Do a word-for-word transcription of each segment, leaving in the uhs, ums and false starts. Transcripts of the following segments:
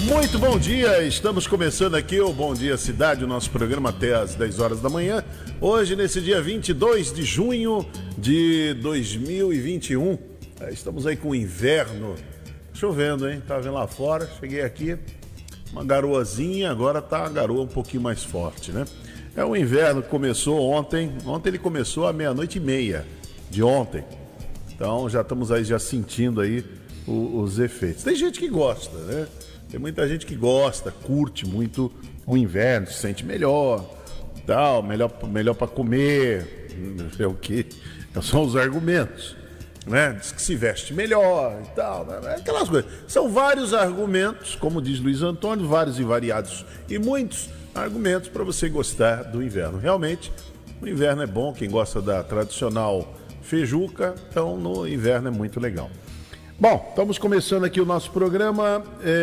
Muito bom dia, estamos começando aqui o Bom Dia Cidade, o nosso programa até às dez horas da manhã. Hoje, nesse dia vinte e dois de junho de dois mil e vinte e um, estamos aí com o inverno, chovendo, hein? Tá vendo lá fora, cheguei aqui, uma garoazinha, agora tá a garoa um pouquinho mais forte, né? É o inverno que começou ontem, ontem ele começou à meia-noite e meia de ontem, então já estamos aí já sentindo aí o, os efeitos. Tem gente que gosta, né? Tem muita gente que gosta, curte muito o inverno, se sente melhor, tal, melhor, melhor para comer, não sei o que, são os argumentos, né? Diz que se veste melhor e tal, né? Aquelas coisas. São vários argumentos, como diz Luiz Antônio, vários e variados e muitos argumentos para você gostar do inverno. Realmente, o inverno é bom, quem gosta da tradicional feijuca, então no inverno é muito legal. Bom, estamos começando aqui o nosso programa,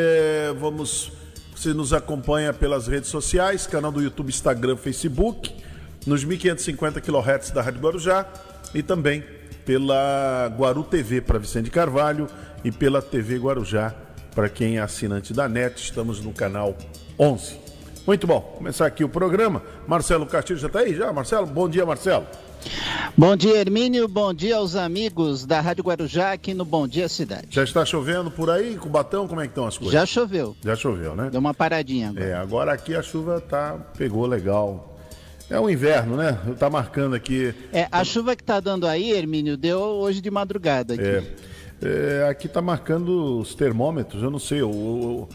é, vamos, você nos acompanha pelas redes sociais, canal do YouTube, Instagram, Facebook, nos mil quinhentos e cinquenta quilohertz da Rádio Guarujá e também pela Guaru T V para Vicente Carvalho e pela T V Guarujá para quem é assinante da NET, estamos no canal onze. Muito bom, começar aqui o programa, Marcelo Castilho já está aí já, Marcelo? Bom dia, Marcelo. Bom dia, Hermínio, bom dia aos amigos da Rádio Guarujá aqui no Bom Dia Cidade. Já está chovendo por aí, Cubatão, como é que estão as coisas? Já choveu. Já choveu, né? Deu uma paradinha agora. É, agora aqui a chuva tá, pegou legal. É o inverno, né? Tá marcando aqui... É, a chuva que tá dando aí, Hermínio, deu hoje de madrugada aqui. É, é, aqui tá marcando os termômetros, eu não sei, o, o,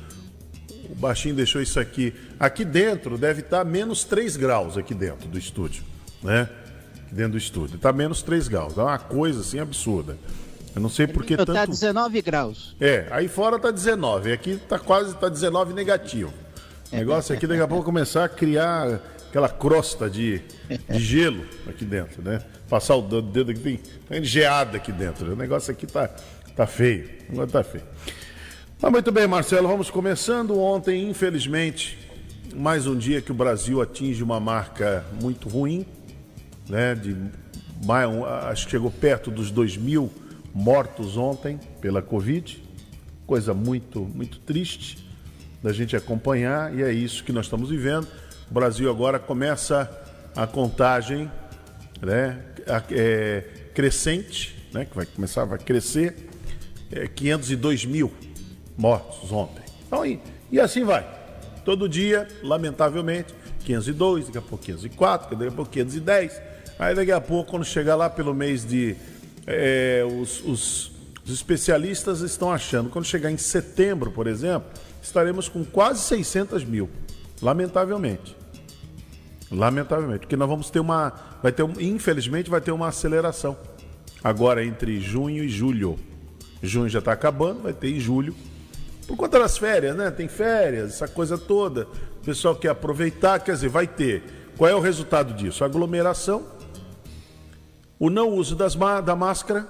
o baixinho deixou isso aqui. Aqui dentro deve estar menos três graus aqui dentro do estúdio, né? Dentro do estúdio, está menos três graus, é uma coisa assim absurda. Eu não sei porque tanto... Está dezenove graus. É, aí fora está dezenove, aqui está quase tá dezenove negativo. O negócio aqui daqui a pouco começar a criar aquela crosta de, de gelo aqui dentro, né? Passar o dedo aqui, tem, tem geada aqui dentro. O negócio aqui tá, tá feio, o negócio tá feio. Mas muito bem, Marcelo, vamos começando. Ontem, infelizmente, mais um dia que o Brasil atinge uma marca muito ruim, né, de, acho que chegou perto dos dois mil mortos ontem pela Covid, coisa muito, muito triste da gente acompanhar, e é isso que nós estamos vivendo. O Brasil agora começa a contagem, né, é, crescente, né, que vai começar, vai crescer, é, quinhentos e dois mil mortos ontem. Então, e, e assim vai, todo dia, lamentavelmente, quinhentos e dois, daqui a pouco quinhentos e quatro, daqui a pouco quinhentos e dez. Aí daqui a pouco, quando chegar lá pelo mês de... É, os, os, os especialistas estão achando, quando chegar em setembro, por exemplo, estaremos com quase seiscentos mil. Lamentavelmente. Lamentavelmente. Porque nós vamos ter uma... Vai ter um, infelizmente, vai ter uma aceleração. Agora, entre junho e julho. Junho já está acabando, vai ter em julho. Por conta das férias, né? Tem férias, essa coisa toda. O pessoal quer aproveitar, quer dizer, vai ter. Qual é o resultado disso? Aglomeração. O não uso das, da máscara,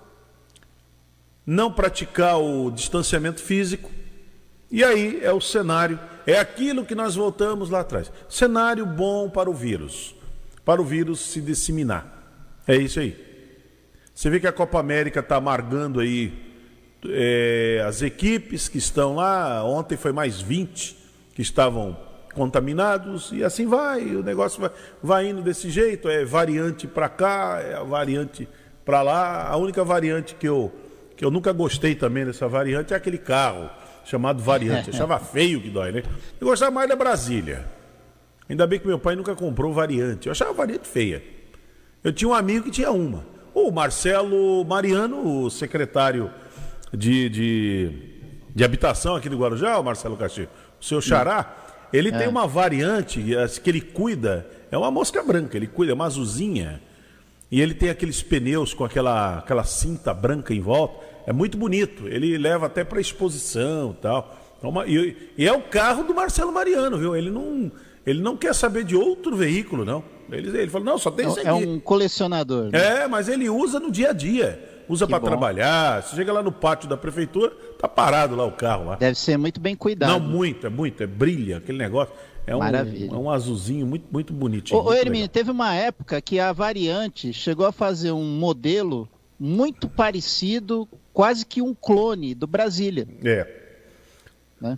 não praticar o distanciamento físico, e aí é o cenário, é aquilo que nós voltamos lá atrás. Cenário bom para o vírus, para o vírus se disseminar. É isso aí. Você vê que a Copa América está amargando aí é, as equipes que estão lá, ontem foi mais vinte que estavam contaminados, e assim vai, o negócio vai, vai indo desse jeito, é variante para cá, é a variante para lá. A única variante que eu, que eu nunca gostei também dessa variante é aquele carro chamado variante, eu achava feio que dói, né? Eu gostava mais da Brasília, ainda bem que meu pai nunca comprou variante, eu achava a variante feia. Eu tinha um amigo que tinha uma, o Marcelo Mariano, o secretário de, de, de habitação aqui do Guarujá, o Marcelo Castilho, o seu xará. Ele é. tem uma variante que ele cuida, é uma mosca branca, ele cuida, é uma azulzinha, e ele tem aqueles pneus com aquela, aquela cinta branca em volta, é muito bonito, ele leva até para exposição e tal. Então, uma, e, e é o carro do Marcelo Mariano, viu? Ele não, ele não quer saber de outro veículo, não. Ele, ele falou, não, só tem esse aqui. É um colecionador. Né? É, mas ele usa no dia a dia. Usa para trabalhar, você chega lá no pátio da prefeitura, tá parado lá o carro lá. Deve ser muito bem cuidado. Não, muito, é muito, é brilha, aquele negócio. É um, Maravilha. É um azulzinho muito, muito bonitinho. Ô, ô Hermínio, teve uma época que a variante chegou a fazer um modelo muito parecido, quase que um clone do Brasília. É. Né?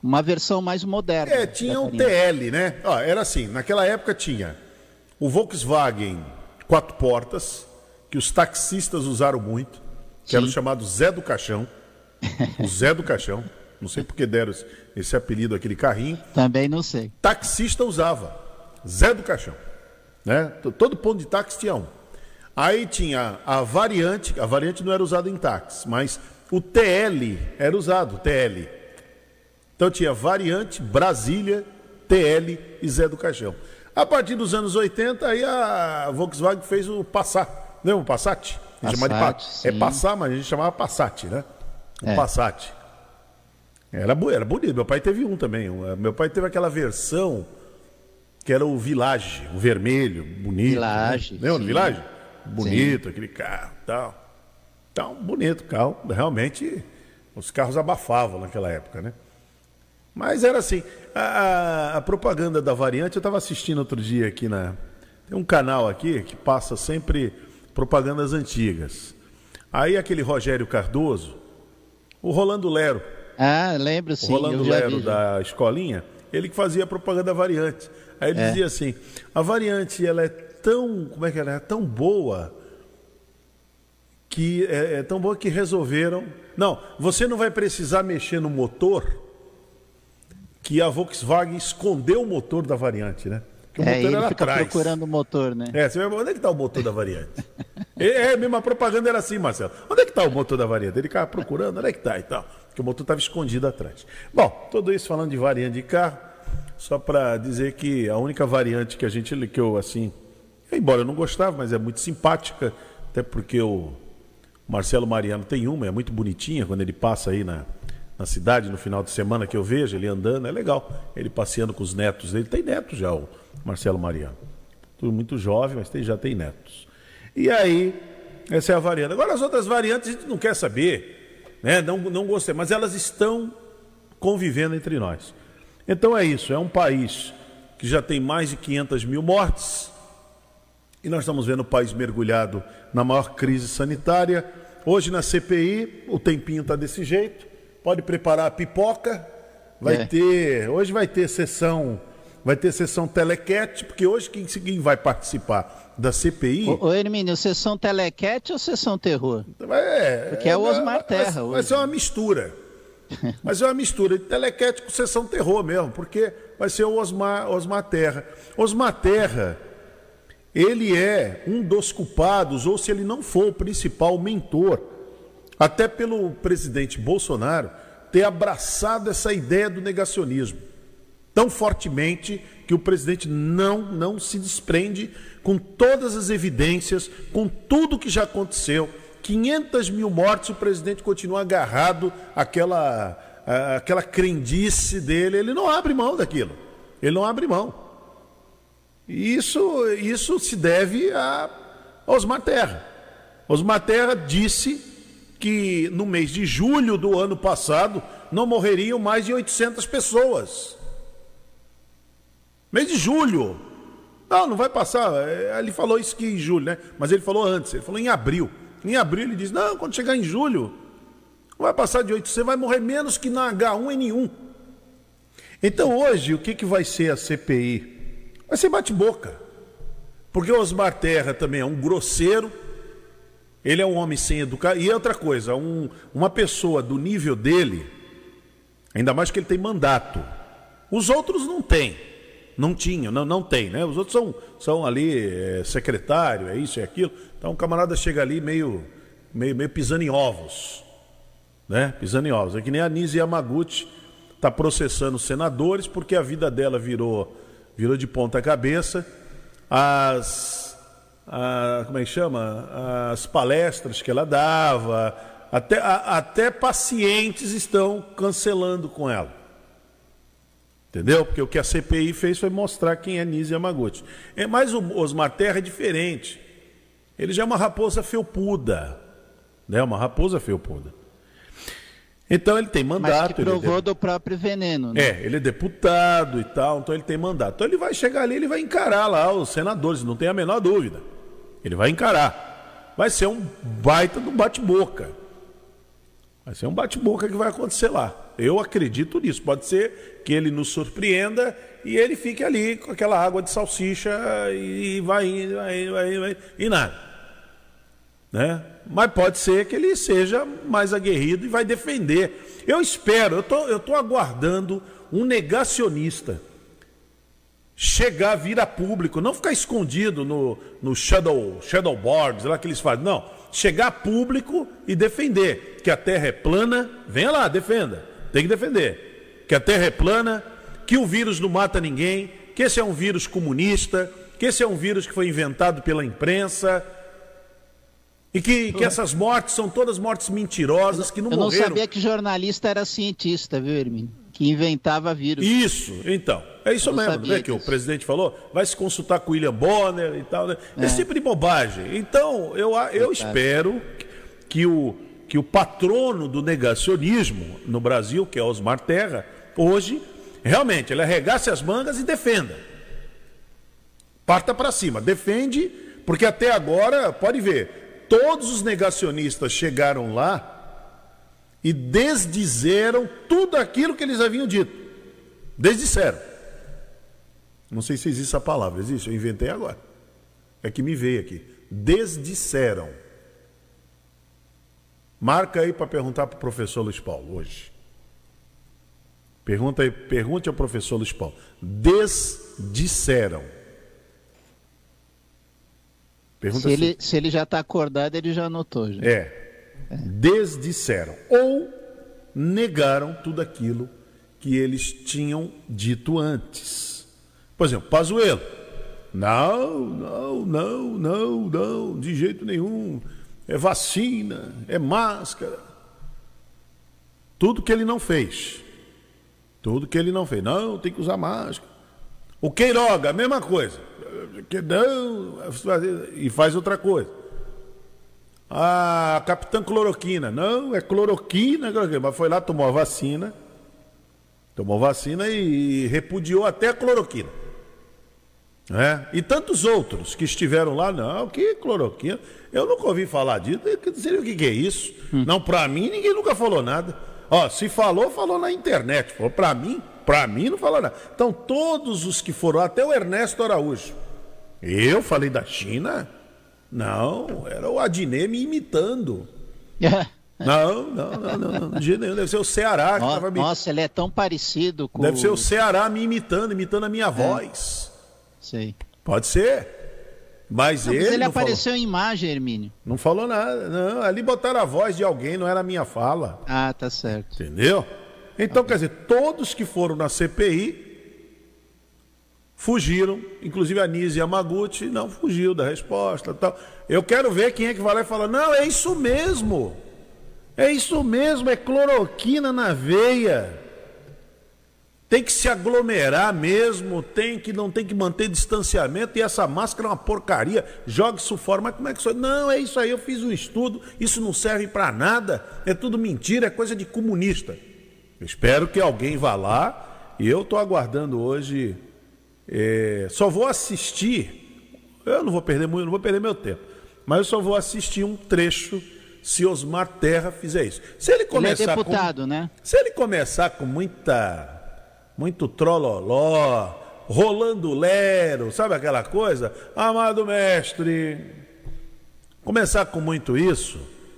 uma versão mais moderna. É, tinha um T L, né? Ó, era assim, naquela época tinha o Volkswagen quatro portas, que os taxistas usaram muito, que Sim. era o chamado Zé do Caixão. O Zé do Caixão. Não sei por que deram esse apelido àquele carrinho. Também não sei. Taxista usava. Zé do Caixão. Né? Todo ponto de táxi tinha um. Aí tinha a variante, a variante não era usada em táxi, mas o T L era usado, o T L. Então tinha variante, Brasília, T L e Zé do Caixão. A partir dos anos oitenta, aí a Volkswagen fez o Passat. Lembra o Passat? A gente Passat, de sim. É Passat, mas a gente chamava Passat, né? O é. Passat. Era, era bonito. Meu pai teve um também. Meu pai teve aquela versão que era o Village, o vermelho, bonito. Village. Né? Lembra do Village? Bonito, sim. Aquele carro e tal. Então, bonito carro. Realmente, os carros abafavam naquela época, né? Mas era assim. A, a, a propaganda da variante, eu estava assistindo outro dia aqui na... Tem um canal aqui que passa sempre propagandas antigas. Aí aquele Rogério Cardoso, o Rolando Lero. Ah, lembro sim. O Rolando eu já Lero vi, da escolinha, ele que fazia a propaganda da variante. Aí ele é. dizia assim, a variante ela é tão, como é que ela é? Tão boa que é, é tão boa que resolveram. Não, você não vai precisar mexer no motor, que a Volkswagen escondeu o motor da variante, né? Porque o é, motor ele era fica atrás. Procurando o motor, né? É, você vai, onde é que está o motor da variante? É, mesmo a propaganda era assim, Marcelo. Onde é que está o motor da variante? Ele ficava procurando, onde é que está e tal. Porque o motor estava escondido atrás. Bom, tudo isso falando de variante de carro, só para dizer que a única variante que a gente, que eu assim, embora eu não gostava, mas é muito simpática, até porque o Marcelo Mariano tem uma, é muito bonitinha quando ele passa aí na, na cidade no final de semana que eu vejo, ele andando, é legal. Ele passeando com os netos dele, tem netos já, o Marcelo Mariano. Tudo muito jovem, mas tem, já tem netos. E aí, essa é a variante. Agora as outras variantes a gente não quer saber, né? Não, não gostei, mas elas estão convivendo entre nós. Então é isso, é um país que já tem mais de quinhentas mil mortes e nós estamos vendo o país mergulhado na maior crise sanitária. Hoje na C P I o tempinho está desse jeito, pode preparar a pipoca, vai é. ter, hoje vai ter sessão, vai ter sessão telequete, porque hoje quem, quem vai participar da C P I... Ô, ô Hermínio, sessão telequete ou sessão terror? É, porque é o Osmar Terra vai, hoje. Vai ser uma mistura. Mas é uma mistura de telequete com sessão terror mesmo, porque vai ser o Osmar, Osmar Terra. Osmar Terra, ele é um dos culpados, ou se ele não for o principal mentor, até pelo presidente Bolsonaro, ter abraçado essa ideia do negacionismo tão fortemente que o presidente não, não se desprende com todas as evidências, com tudo que já aconteceu. quinhentas mil mortes, o presidente continua agarrado àquela, àquela crendice dele, ele não abre mão daquilo, ele não abre mão. E isso, isso se deve a Osmar Terra. Osmar Terra disse que no mês de julho do ano passado não morreriam mais de oitocentas pessoas. Mês de julho. Não, não vai passar. Ele falou isso que em julho, né? Mas ele falou antes, ele falou em abril. Em abril ele diz, não, quando chegar em julho, não vai passar de oitocentos, vai morrer menos que na agá um ene um. Então hoje, o que, que vai ser a C P I? Vai ser bate-boca. Porque o Osmar Terra também é um grosseiro, ele é um homem sem educação. E outra coisa, um, uma pessoa do nível dele, ainda mais que ele tem mandato, os outros não têm. Não tinham, não, não tem, né? Os outros são, são ali é, secretário, é isso, é aquilo. Então o camarada chega ali meio, meio, meio pisando em ovos, né? Pisando em ovos. É que nem a Nise Yamaguchi está processando os senadores porque a vida dela virou, virou de ponta cabeça. As, a, como é que chama? As palestras que ela dava, até, a, até pacientes estão cancelando com ela. Entendeu? Porque o que a C P I fez foi mostrar quem é Nise Yamaguchi. É, mas o Osmar Terra é diferente. Ele já é uma raposa felpuda. Né? Uma raposa felpuda. Então ele tem mandato. Mas que provou ele é... do próprio veneno, né? É, ele é deputado e tal, então ele tem mandato. Então ele vai chegar ali, ele vai encarar lá os senadores, não tem a menor dúvida. Ele vai encarar. Vai ser um baita do bate-boca. Vai ser um bate-boca que vai acontecer lá. Eu acredito nisso. Pode ser que ele nos surpreenda e ele fique ali com aquela água de salsicha e vai indo, vai indo, vai indo, vai indo, e nada. Né? Mas pode ser que ele seja mais aguerrido e vai defender. Eu espero, eu tô, eu tô aguardando um negacionista chegar, vir a público, não ficar escondido no, no shadow, shadow boards, lá que eles fazem. Não, chegar a público e defender que a Terra é plana. Venha lá, defenda. Tem que defender. Que a Terra é plana, que o vírus não mata ninguém, que esse é um vírus comunista, que esse é um vírus que foi inventado pela imprensa e que, que essas mortes são todas mortes mentirosas, que não morreram. Eu não morreram. sabia que jornalista era cientista, viu, Hermínio? Que inventava vírus. Isso, então. É isso mesmo, né? Que o presidente falou, vai se consultar com o William Bonner e tal, né? É. Esse tipo de bobagem. Então, eu, eu espero que o, que o patrono do negacionismo no Brasil, que é Osmar Terra, hoje, realmente, ele arregace as mangas e defenda. Parta para cima, defende, porque até agora, pode ver, todos os negacionistas chegaram lá e desdizeram tudo aquilo que eles haviam dito. Desdisseram. Não sei se existe essa palavra, existe? Eu inventei agora. É que me veio aqui. Desdisseram. Marca aí para perguntar para o professor Luiz Paulo hoje. Pergunta aí, pergunte ao professor Luiz Paulo. Desdisseram. Pergunta se, assim. ele, se ele já está acordado, ele já anotou. Já. É. Desdisseram ou negaram tudo aquilo que eles tinham dito antes. Por exemplo, Pazuello. Não, não, não, não, não, de jeito nenhum. É vacina, é máscara. Tudo que ele não fez. Tudo que ele não fez. Não, tem que usar máscara. O Queiroga, a mesma coisa. Não, e faz outra coisa. Ah, Capitã Cloroquina. Não, é cloroquina, mas foi lá, tomou a vacina. Tomou vacina e repudiou até a cloroquina. É? E tantos outros que estiveram lá, não, que cloroquina? Eu nunca ouvi falar disso. Não sei o que, que é isso. Hum. Não, pra mim, ninguém nunca falou nada. Ó, se falou, falou na internet. Falou pra mim, pra mim não falou nada. Então, todos os que foram, até o Ernesto Araújo. Eu falei da China? Não, era o Adnet me imitando. Não, não, não, não, não, de jeito nenhum. Deve ser o Ceará que nossa, estava me... Nossa, ele é tão parecido com... Deve ser o Ceará me imitando, imitando a minha é. voz. Sei. Pode ser. Mas não, ele. Mas ele não apareceu falou... em imagem, Hermínio. Não falou nada. Não, ali botaram a voz de alguém, não era a minha fala. Ah, tá certo. Entendeu? Então, okay. Quer dizer, todos que foram na C P I fugiram, inclusive a Nise Yamaguchi não fugiu da resposta. Tal. Eu quero ver quem é que vai lá e fala, não, é isso mesmo. É isso mesmo, é cloroquina na veia. Tem que se aglomerar mesmo, tem que, não tem que manter distanciamento, e essa máscara é uma porcaria, joga isso fora. Mas como é que isso... Não, é isso aí, eu fiz um estudo, isso não serve para nada, é tudo mentira, é coisa de comunista. Eu espero que alguém vá lá, e eu estou aguardando hoje, é... só vou assistir, eu não vou perder muito, não vou perder meu tempo, mas eu só vou assistir um trecho se Osmar Terra fizer isso. Se ele começar ele é deputado, com... né? Se ele começar com muita... muito trololó, rolando lero, sabe aquela coisa? Amado mestre, começar com muito isso,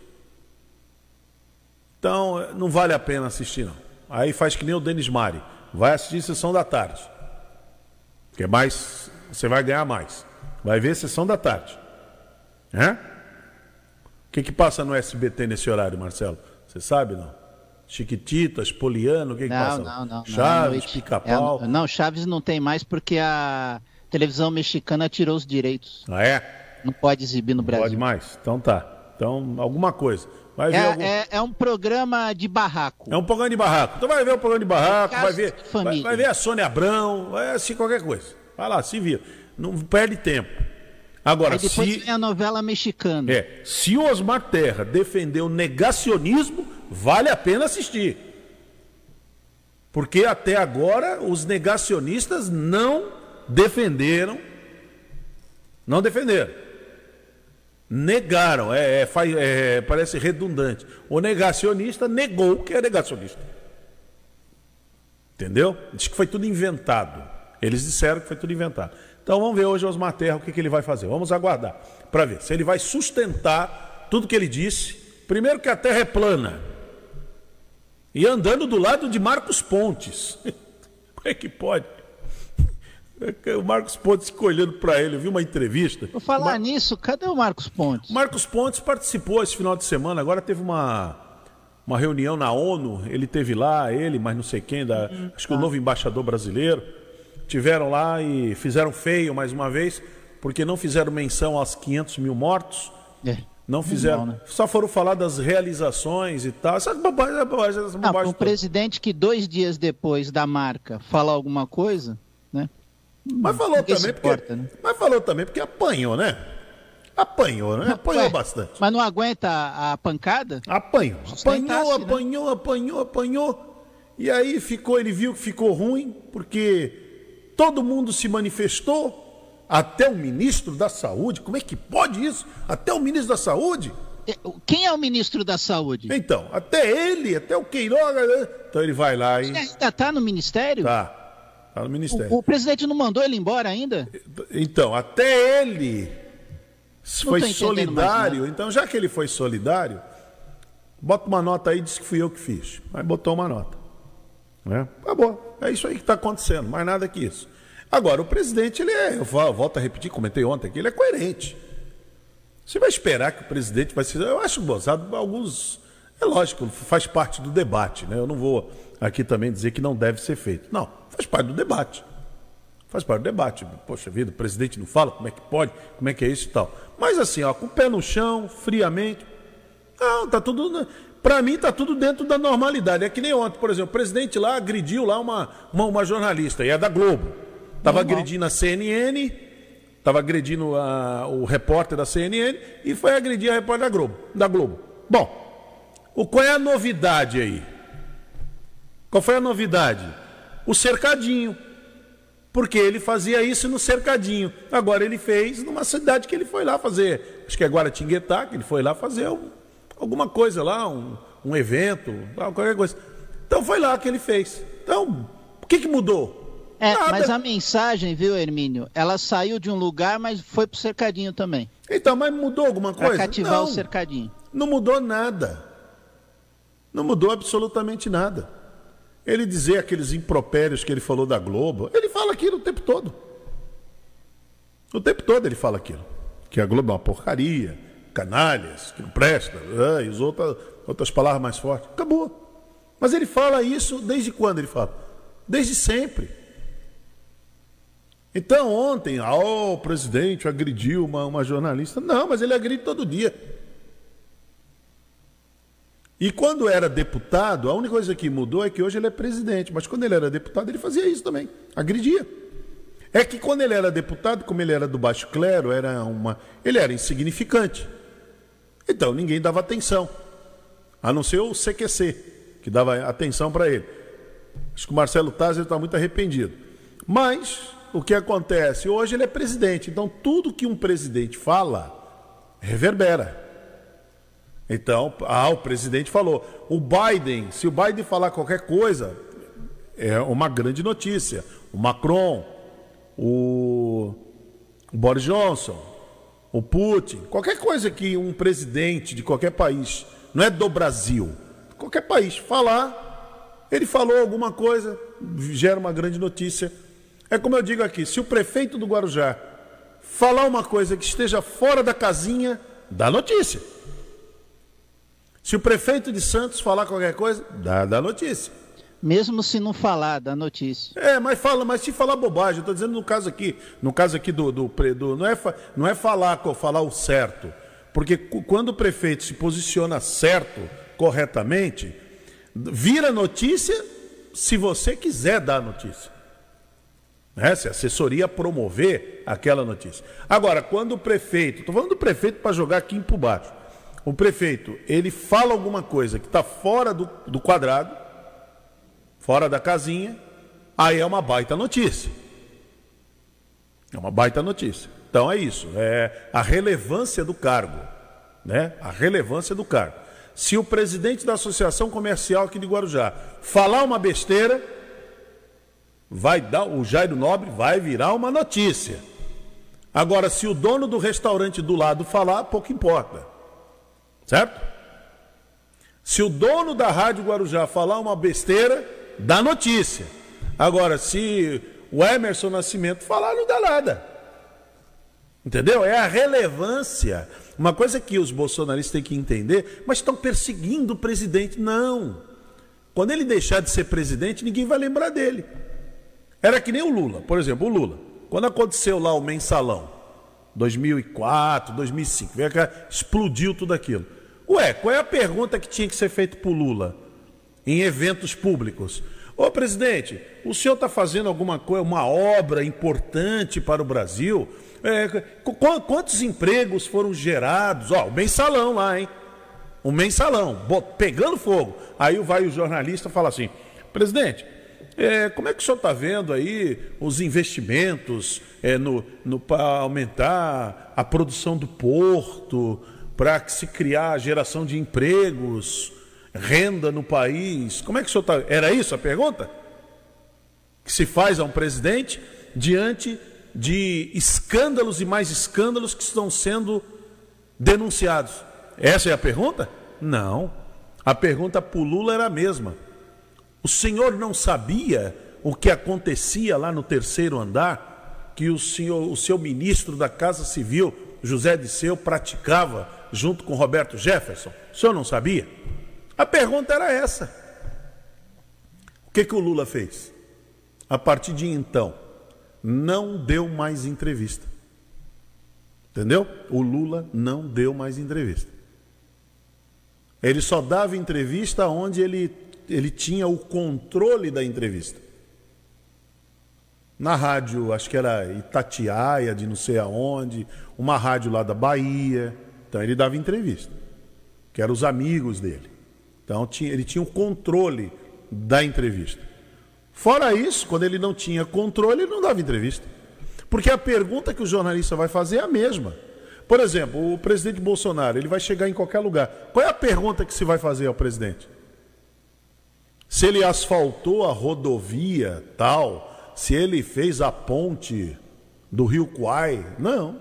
então não vale a pena assistir não. Aí faz que nem o Denis Mari, vai assistir Sessão da Tarde, que é mais, você vai ganhar mais, vai ver Sessão da Tarde. É? O que que passa no S B T nesse horário, Marcelo? Você sabe não? Chiquititas, Poliano, o que, que não, passa? Não, não, Chaves, Pica-Pau. É, não, Chaves não tem mais porque a televisão mexicana tirou os direitos. Ah, é? Não pode exibir no não Brasil. Pode mais? Então tá. Então, alguma coisa. Vai ver é, algum... é, é um programa de barraco. É um programa de barraco. Então vai ver o programa de barraco, vai ver, vai, vai ver a Sônia Abrão, vai assistir qualquer coisa. Vai lá, se vira. Não perde tempo. Agora, Aí depois se... tem a novela mexicana. É, se o Osmar Terra defender o negacionismo, vale a pena assistir. Porque até agora os negacionistas não defenderam, não defenderam negaram, é, é, faz, é, parece redundante. O negacionista negou que é negacionista. Entendeu? Diz que foi tudo inventado. Eles disseram que foi tudo inventado. Então vamos ver hoje Osmar Terra o que, que ele vai fazer. Vamos aguardar para ver se ele vai sustentar tudo que ele disse. Primeiro que a Terra é plana. E andando do lado de Marcos Pontes. Como é que pode? O Marcos Pontes ficou olhando para ele. Eu vi uma entrevista. Vou falar Mar... nisso, cadê o Marcos Pontes? Marcos Pontes participou esse final de semana. Agora teve uma, uma reunião na ONU. Ele teve lá, ele, mas não sei quem, da, hum, acho que ah. o novo embaixador brasileiro. Tiveram lá e fizeram feio mais uma vez, porque não fizeram menção aos quinhentos mil mortos. É. Não fizeram, não, né? Só foram falar das realizações e tal. Essas bobagens, essas bobagens, essas bobagens. Ah, um presidente que dois dias depois da marca fala alguma coisa, né? Mas falou também porque, importa, né? Mas falou também porque apanhou, né? Apanhou, né? Apanhou Ué, bastante. Mas não aguenta a, a pancada? Apanhou. Apanhou, apanhou, né? apanhou, apanhou. E aí ficou, ele viu que ficou ruim, porque todo mundo se manifestou. Até o ministro da Saúde, como é que pode isso? Até o ministro da Saúde? Quem é o ministro da Saúde? Então, até ele, até o Queiroga, né? Então ele vai lá e... Ele ainda está no ministério? Tá, tá no ministério. O, o presidente não mandou ele embora ainda? Então, até ele foi solidário. Então, já que ele foi solidário, bota uma nota aí, diz que fui eu que fiz. Aí botou uma nota. Né? Acabou, é isso aí que está acontecendo, mais nada que isso. Agora, o presidente, ele é, eu volto a repetir, comentei ontem aqui, ele é coerente. Você vai esperar que o presidente vai ser... Eu acho gozado, alguns... É lógico, faz parte do debate, né? Eu não vou aqui também dizer que não deve ser feito. Não, faz parte do debate. Faz parte do debate. Poxa vida, o presidente não fala, como é que pode, como é que é isso e tal. Mas assim, ó, com o pé no chão, friamente... Não, tá tudo... Para mim tá tudo dentro da normalidade. É que nem ontem, por exemplo, o presidente lá agrediu lá uma, uma, uma jornalista, e é da Globo. Estava agredindo a C N N, estava agredindo a, o repórter da C N N e foi agredir a repórter da Globo. Da Globo. Bom, o, qual é a novidade aí? Qual foi a novidade? O cercadinho. Porque ele fazia isso no cercadinho. Agora ele fez numa cidade que ele foi lá fazer. Acho que é Guaratinguetá, que ele foi lá fazer um, alguma coisa lá, um, um evento, qualquer coisa. Então foi lá que ele fez. Então, o que, que mudou? É, Nada. Mas a mensagem, viu, Hermínio? Ela saiu de um lugar, mas foi pro cercadinho também. Então, mas mudou alguma coisa? Pra cativar não, o cercadinho. Não mudou nada. Não mudou absolutamente nada. Ele dizer aqueles impropérios que ele falou da Globo, ele fala aquilo o tempo todo. O tempo todo ele fala aquilo. Que a Globo é uma porcaria, canalhas, que não presta, e as outras, outras palavras mais fortes. Acabou. Mas ele fala isso desde quando ele fala? Desde sempre. Então ontem, oh, o presidente agrediu uma, uma jornalista. Não, mas ele agride todo dia. E quando era deputado, a única coisa que mudou é que hoje ele é presidente. Mas quando ele era deputado, ele fazia isso também. Agredia. É que quando ele era deputado, como ele era do baixo clero, era uma, ele era insignificante. Então ninguém dava atenção. A não ser o C Q C, que dava atenção para ele. Acho que o Marcelo Taz está muito arrependido. Mas... o que acontece? Hoje ele é presidente, então tudo que um presidente fala, reverbera. Então, ah, o presidente falou. O Biden, se o Biden falar qualquer coisa, é uma grande notícia. O Macron, o, o Boris Johnson, o Putin, qualquer coisa que um presidente de qualquer país, não é do Brasil, qualquer país falar, ele falou alguma coisa, gera uma grande notícia. É como eu digo aqui, se o prefeito do Guarujá falar uma coisa que esteja fora da casinha, dá notícia. Se o prefeito de Santos falar qualquer coisa, dá, dá notícia. Mesmo se não falar, dá notícia. É, mas fala, mas se falar bobagem, eu estou dizendo no caso aqui, no caso aqui do, do, do não, é, não é falar, falar o certo, porque quando o prefeito se posiciona certo, corretamente, vira notícia se você quiser dar notícia. Né? Se a assessoria promover aquela notícia. Agora, quando o prefeito, estou falando do prefeito para jogar aqui por baixo, o prefeito, ele fala alguma coisa que está fora do, do quadrado, fora da casinha, aí é uma baita notícia. É uma baita notícia. Então é isso, é a relevância do cargo, né? A relevância do cargo. Se o presidente da Associação Comercial aqui de Guarujá falar uma besteira, vai dar, o Jairo Nobre vai virar uma notícia. Agora, se o dono do restaurante do lado falar, pouco importa. Certo? Se o dono da Rádio Guarujá falar uma besteira, dá notícia. Agora, se o Emerson Nascimento falar, não dá nada. Entendeu? É a relevância. Uma coisa que os bolsonaristas têm que entender, mas estão perseguindo o presidente. Não. Quando ele deixar de ser presidente, ninguém vai lembrar dele. Era que nem o Lula. Por exemplo, o Lula. Quando aconteceu lá o mensalão, dois mil e quatro, dois mil e cinco, explodiu tudo aquilo. Ué, qual é a pergunta que tinha que ser feita para o Lula em eventos públicos? Ô presidente, o senhor está fazendo alguma coisa, uma obra importante para o Brasil? É, quantos empregos foram gerados? Ó, o mensalão lá, hein? O mensalão, pegando fogo. Aí vai o jornalista e fala assim, presidente, é, como é que o senhor está vendo aí os investimentos é, no, no, para aumentar a produção do porto, para se criar a geração de empregos, renda no país? Como é que o senhor está... Era isso a pergunta? Que se faz a um presidente diante de escândalos e mais escândalos que estão sendo denunciados. Essa é a pergunta? Não. A pergunta para o Lula era a mesma. O senhor não sabia o que acontecia lá no terceiro andar, que o, senhor, o seu ministro da Casa Civil, José Disseu, praticava junto com Roberto Jefferson? O senhor não sabia? A pergunta era essa. O que, que o Lula fez? A partir de então, não deu mais entrevista. Entendeu? O Lula não deu mais entrevista. Ele só dava entrevista onde ele, ele tinha o controle da entrevista. Na rádio, acho que era Itatiaia, de não sei aonde, uma rádio lá da Bahia. Então ele dava entrevista, que eram os amigos dele. Então tinha, ele tinha o controle da entrevista. Fora isso, quando ele não tinha controle, ele não dava entrevista. Porque a pergunta que o jornalista vai fazer é a mesma. Por exemplo, o presidente Bolsonaro, ele vai chegar em qualquer lugar. Qual é a pergunta que se vai fazer ao presidente? Se ele asfaltou a rodovia tal, se ele fez a ponte do Rio Quai? Não.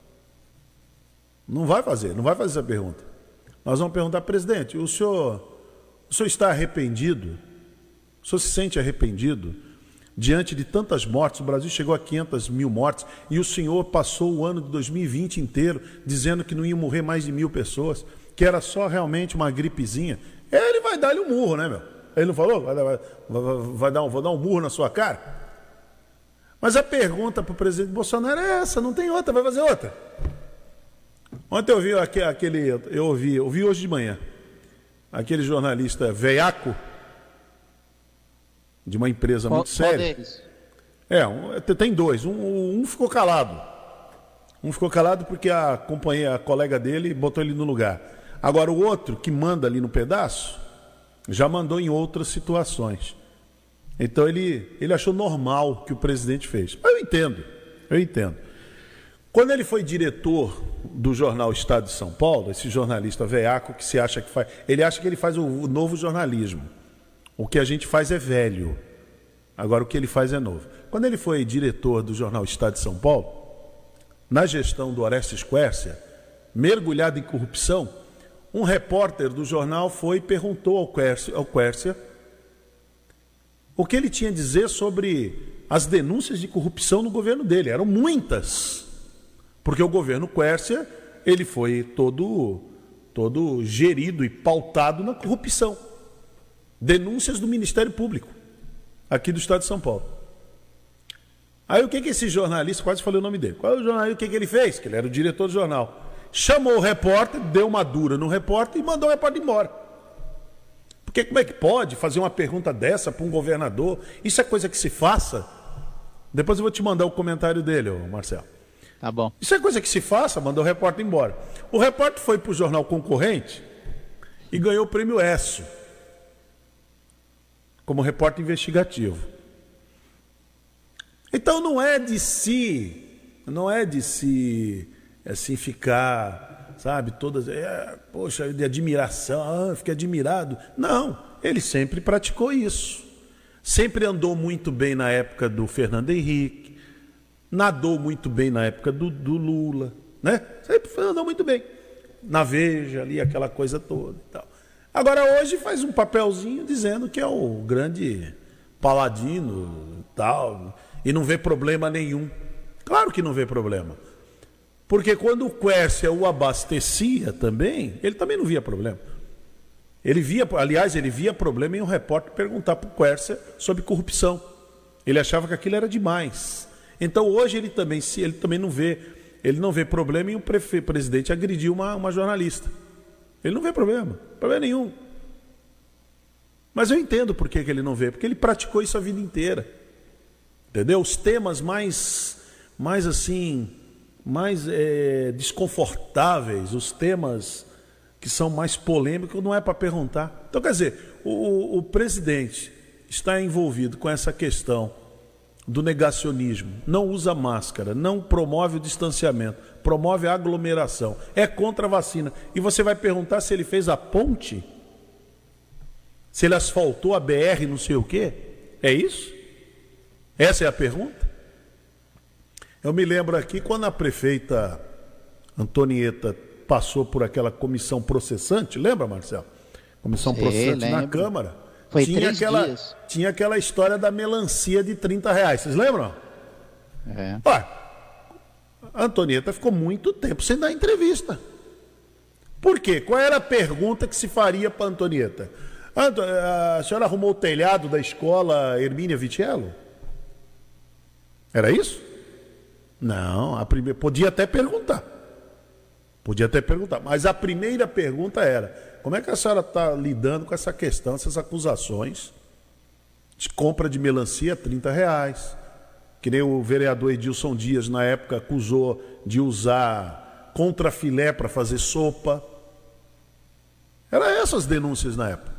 Não vai fazer, não vai fazer essa pergunta. Nós vamos perguntar, presidente, o senhor, o senhor está arrependido? O senhor se sente arrependido? Diante de tantas mortes, o Brasil chegou a quinhentas mil mortes e o senhor passou o ano de dois mil e vinte inteiro dizendo que não ia morrer mais de mil pessoas, que era só realmente uma gripezinha. Ele vai dar-lhe um murro, né, meu? Ele não falou? Vai, vai, vai, vai dar um, vou dar um murro na sua cara? Mas a pergunta para o presidente Bolsonaro é essa, não tem outra, vai fazer outra. Ontem eu vi aquele, eu ouvi, eu ouvi hoje de manhã, aquele jornalista veiaco, de uma empresa qual, muito séria. Qual deles? É, um, tem dois. Um, um ficou calado. Um ficou calado porque a companhia, a colega dele, botou ele no lugar. Agora o outro, que manda ali no pedaço, já mandou em outras situações. Então ele, ele achou normal o que o presidente fez. Mas eu entendo, eu entendo. Quando ele foi diretor do jornal Estado de São Paulo, esse jornalista veiaco que se acha que faz... Ele acha que ele faz o, o novo jornalismo. O que a gente faz é velho. Agora o que ele faz é novo. Quando ele foi diretor do jornal Estado de São Paulo, na gestão do Orestes Quércia, mergulhado em corrupção, um repórter do jornal foi e perguntou ao Quércia, ao Quércia o que ele tinha a dizer sobre as denúncias de corrupção no governo dele. Eram muitas. Porque o governo Quércia, ele foi todo, todo gerido e pautado na corrupção. Denúncias do Ministério Público, aqui do Estado de São Paulo. Aí o que que esse jornalista, quase falei o nome dele, qual é o jornalista, o que que ele fez? Que ele era o diretor do jornal. Chamou o repórter, deu uma dura no repórter e mandou o repórter embora. Porque como é que pode fazer uma pergunta dessa para um governador? Isso é coisa que se faça? Depois eu vou te mandar o comentário dele, Marcelo. Tá bom. Isso é coisa que se faça, mandou o repórter embora. O repórter foi para o jornal concorrente e ganhou o prêmio Esso, como repórter investigativo. Então não é de se não é de se assim ficar, sabe, todas, é, poxa, de admiração, ah, fiquei admirado. Não, ele sempre praticou isso. Sempre andou muito bem na época do Fernando Henrique, nadou muito bem na época do, do Lula, né? Sempre andou muito bem. Na Veja, ali, aquela coisa toda e tal. Agora, hoje, faz um papelzinho dizendo que é o grande paladino e tal, e não vê problema nenhum. Claro que não vê problema. Porque quando o Quércia o abastecia também, ele também não via problema. Ele via, aliás, ele via problema em um repórter perguntar para o Quércia sobre corrupção. Ele achava que aquilo era demais. Então, hoje, ele também, ele também não vê, ele não vê problema em um prefe, presidente agredir uma, uma jornalista. Ele não vê problema, problema nenhum. Mas eu entendo por que, que ele não vê, porque ele praticou isso a vida inteira. Entendeu? Os temas mais, mais assim, mais é, desconfortáveis, os temas que são mais polêmicos, não é para perguntar. Então, quer dizer, o, o presidente está envolvido com essa questão do negacionismo, não usa máscara, não promove o distanciamento, promove a aglomeração, é contra a vacina. E você vai perguntar se ele fez a ponte? Se ele asfaltou a B R não sei o quê? É isso? Essa é a pergunta? Eu me lembro aqui quando a prefeita Antonieta passou por aquela comissão processante, lembra, Marcelo? Comissão Sim, processante lembro. Na Câmara. Foi tinha três aquela, dias. Tinha aquela história da melancia de trinta reais, vocês lembram? É. Olha, a Antonieta ficou muito tempo sem dar entrevista. Por quê? Qual era a pergunta que se faria para a Antonieta? A senhora arrumou o telhado da escola Hermínia Vitiello? Era isso? Não, a primeira, podia até perguntar. Podia até perguntar, mas a primeira pergunta era: como é que a senhora está lidando com essa questão, essas acusações de compra de melancia a trinta reais? Que nem o vereador Edilson Dias, na época, acusou de usar contrafilé para fazer sopa. Eram essas denúncias na época.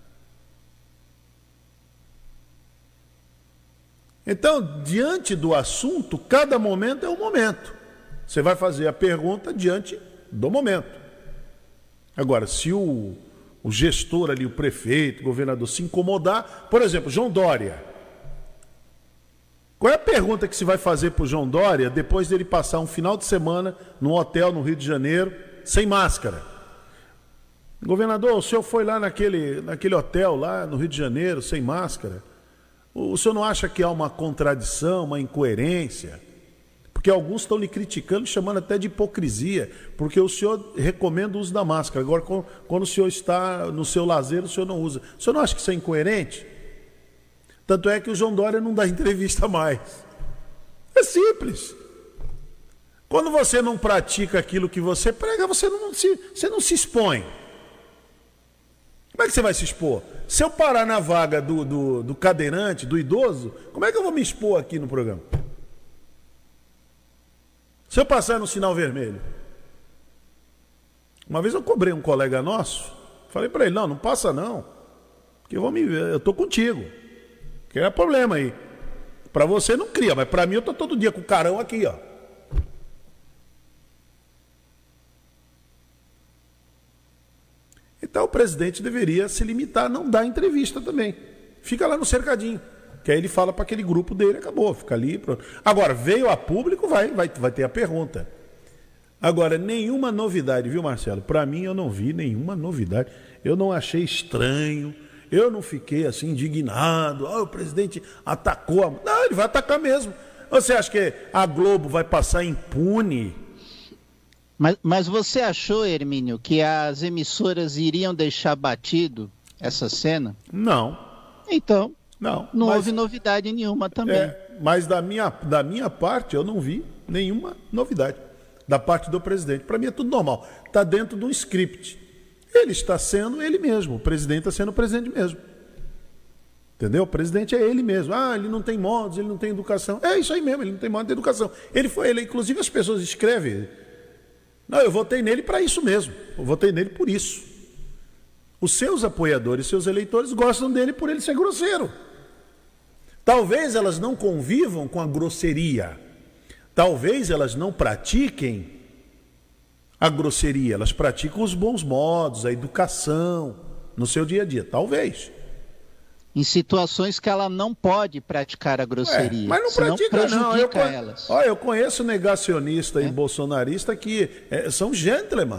Então, diante do assunto, cada momento é um momento. Você vai fazer a pergunta diante do momento. Agora, se o, o gestor ali, o prefeito, o governador, se incomodar, por exemplo, João Dória. Qual é a pergunta que se vai fazer para o João Dória depois dele passar um final de semana num hotel no Rio de Janeiro, sem máscara? Governador, o senhor foi lá naquele, naquele hotel lá no Rio de Janeiro, sem máscara? O senhor não acha que há uma contradição, uma incoerência? Porque alguns estão lhe criticando, chamando até de hipocrisia, porque o senhor recomenda o uso da máscara. Agora, quando o senhor está no seu lazer, o senhor não usa. O senhor não acha que isso é incoerente? Tanto é que o João Dória não dá entrevista mais. É simples. Quando você não pratica aquilo que você prega, você não se, você não se expõe. Como é que você vai se expor? Se eu parar na vaga do, do, do cadeirante, do idoso, como é que eu vou me expor aqui no programa? Se eu passar no sinal vermelho. Uma vez eu cobrei um colega nosso, falei para ele: não, não passa não, porque eu vou me ver, eu tô contigo. Que é problema aí. Para você não cria, mas para mim eu tô todo dia com o carão aqui, ó. Então o presidente deveria se limitar a não dar entrevista também. Fica lá no cercadinho. Que aí ele fala para aquele grupo dele, acabou, fica ali. Pronto. Agora, veio a público, vai, vai, vai ter a pergunta. Agora, nenhuma novidade, viu, Marcelo? Para mim, eu não vi nenhuma novidade. Eu não achei estranho, eu não fiquei assim indignado. Oh, o presidente atacou. A... Não, ele vai atacar mesmo. Você acha que a Globo vai passar impune? Mas, mas você achou, Hermínio, que as emissoras iriam deixar batido essa cena? Não. Então... Não, não mas, houve novidade nenhuma também. É, mas da minha, da minha parte, eu não vi nenhuma novidade da parte do presidente. Para mim é tudo normal. Está dentro de um script. Ele está sendo ele mesmo. O presidente está sendo o presidente mesmo. Entendeu? O presidente é ele mesmo. Ah, ele não tem modos, ele não tem educação. É isso aí mesmo, ele não tem modo de educação. Ele foi ele. Inclusive as pessoas escrevem: não, eu votei nele para isso mesmo. Eu votei nele por isso. Os seus apoiadores, seus eleitores gostam dele por ele ser grosseiro. Talvez elas não convivam com a grosseria. Talvez elas não pratiquem a grosseria, elas praticam os bons modos, a educação no seu dia a dia, talvez. Em situações que ela não pode praticar a grosseria. É, mas não pratica, não. Eu, elas. Ó, eu conheço negacionista é? e bolsonarista que é, são gentlemen,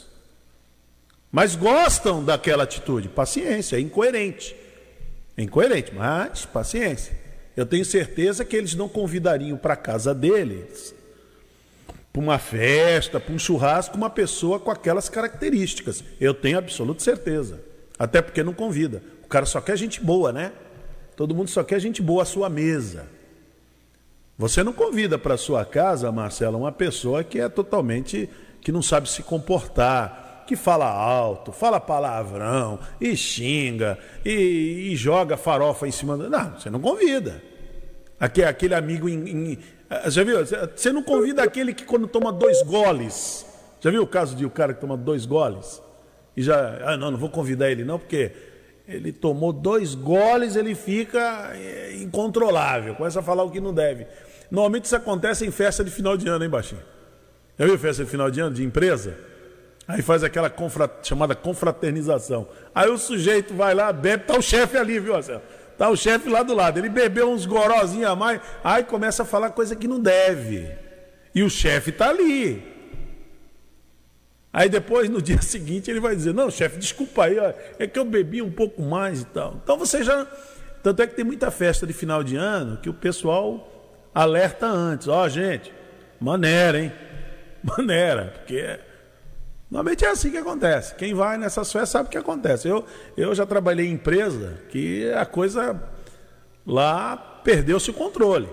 mas gostam daquela atitude. Paciência, é incoerente. É incoerente, mas paciência. Eu tenho certeza que eles não convidariam para a casa deles, para uma festa, para um churrasco, uma pessoa com aquelas características. Eu tenho absoluta certeza. Até porque não convida. O cara só quer gente boa, né? Todo mundo só quer gente boa à sua mesa. Você não convida para a sua casa, Marcelo, uma pessoa que é totalmente, que não sabe se comportar, que fala alto, fala palavrão, e xinga, e, e joga farofa em cima do... Não, você não convida. Aquele, aquele amigo... Em, em... Já viu? Você não convida aquele que quando toma dois goles... Já viu o caso de o cara que toma dois goles? E já... Ah, não, não vou convidar ele não, porque... Ele tomou dois goles, ele fica incontrolável, começa a falar o que não deve. Normalmente isso acontece em festa de final de ano, hein, Baixinho? Já viu festa de final de ano de empresa? Aí faz aquela confra... chamada confraternização. Aí o sujeito vai lá, bebe, tá o chefe ali, viu, Marcelo? Tá o chefe lá do lado. Ele bebeu uns gorozinhos a mais, aí começa a falar coisa que não deve. E o chefe tá ali. Aí depois, no dia seguinte, ele vai dizer, não, chefe, desculpa aí, ó, é que eu bebi um pouco mais e tal. Então você já... Tanto é que tem muita festa de final de ano que o pessoal alerta antes. Ó, gente, maneira, hein? Maneira, porque normalmente é assim que acontece. Quem vai nessas festas sabe o que acontece. Eu, eu já trabalhei em empresa que a coisa lá perdeu-se o controle.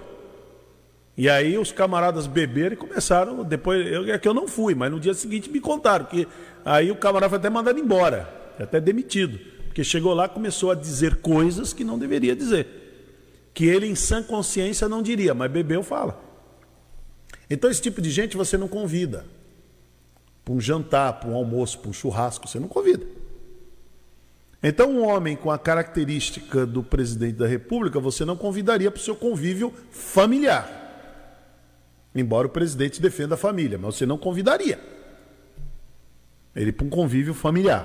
E aí os camaradas beberam e começaram, depois, eu, é que eu não fui, mas no dia seguinte me contaram, que aí o camarada foi até mandado embora, até demitido, porque chegou lá e começou a dizer coisas que não deveria dizer, que ele em sã consciência não diria, mas bebeu, fala. Então esse tipo de gente você não convida, para um jantar, para um almoço, para um churrasco, você não convida. Então um homem com a característica do presidente da República, você não convidaria para o seu convívio familiar. Embora o presidente defenda a família, mas você não convidaria ele para um convívio familiar.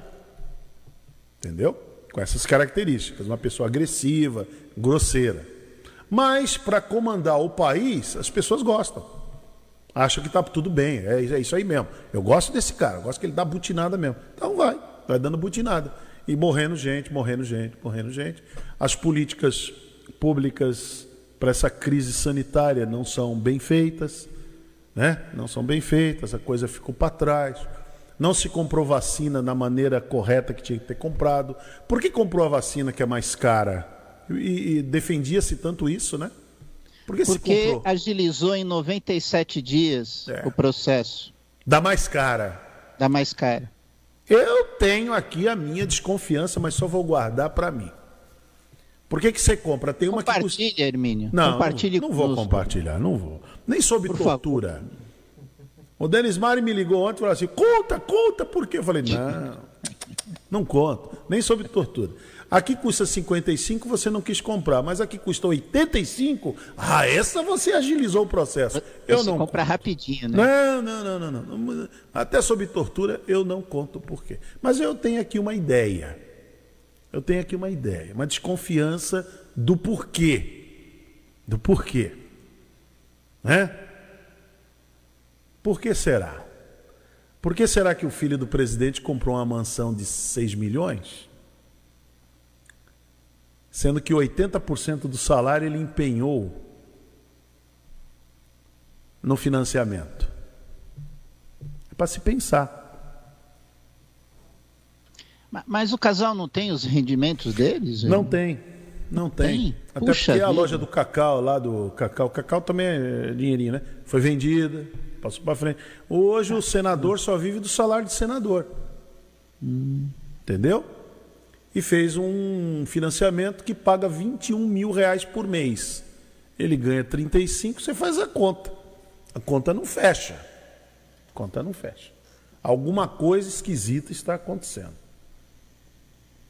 Entendeu? Com essas características. Uma pessoa agressiva, grosseira. Mas, para comandar o país, as pessoas gostam. Acham que está tudo bem. É, é isso aí mesmo. Eu gosto desse cara. Eu gosto que ele dá butinada mesmo. Então vai. Vai dando butinada. E morrendo gente, morrendo gente, morrendo gente. As políticas públicas... para essa crise sanitária não são bem feitas, né? Não são bem feitas, a coisa ficou para trás. Não se comprou vacina na maneira correta que tinha que ter comprado. Por que comprou a vacina que é mais cara? E, e defendia-se tanto isso, né? Por que Porque se comprou? Agilizou em noventa e sete dias é. o processo. Da mais cara. Da mais cara. Eu tenho aqui a minha desconfiança, mas só vou guardar para mim. Por que que você compra? Tem uma Compartilha, que custa... Hermínio. Não, Compartilhe não, não vou compartilhar, não vou. Nem sobre por tortura. Favor. O Denis Mari me ligou ontem e falou assim, conta, conta, por quê? Eu falei, não, não conto, nem sobre tortura. Aqui custa cinquenta e cinco, você não quis comprar, mas aqui custa oitenta e cinco, ah, essa você agilizou o processo. Eu você não compra conto. rapidinho, né? Não, não, não, não, não. Até sobre tortura eu não conto por quê. Mas eu tenho aqui uma ideia. Eu tenho aqui uma ideia, uma desconfiança do porquê. Do porquê. Né? Por que será? Por que será que o filho do presidente comprou uma mansão de seis milhões? Sendo que oitenta por cento do salário ele empenhou no financiamento. É para se pensar. Mas o casal não tem os rendimentos deles? Não tem, não tem. tem? Até Puxa porque vida. a loja do Cacau, lá do Cacau, Cacau também é dinheirinho, né? Foi vendida, passou para frente. Hoje o senador só vive do salário de senador. Hum. Entendeu? E fez um financiamento que paga vinte e um mil reais por mês. Ele ganha trinta e cinco, você faz a conta. A conta não fecha. A conta não fecha. Alguma coisa esquisita está acontecendo.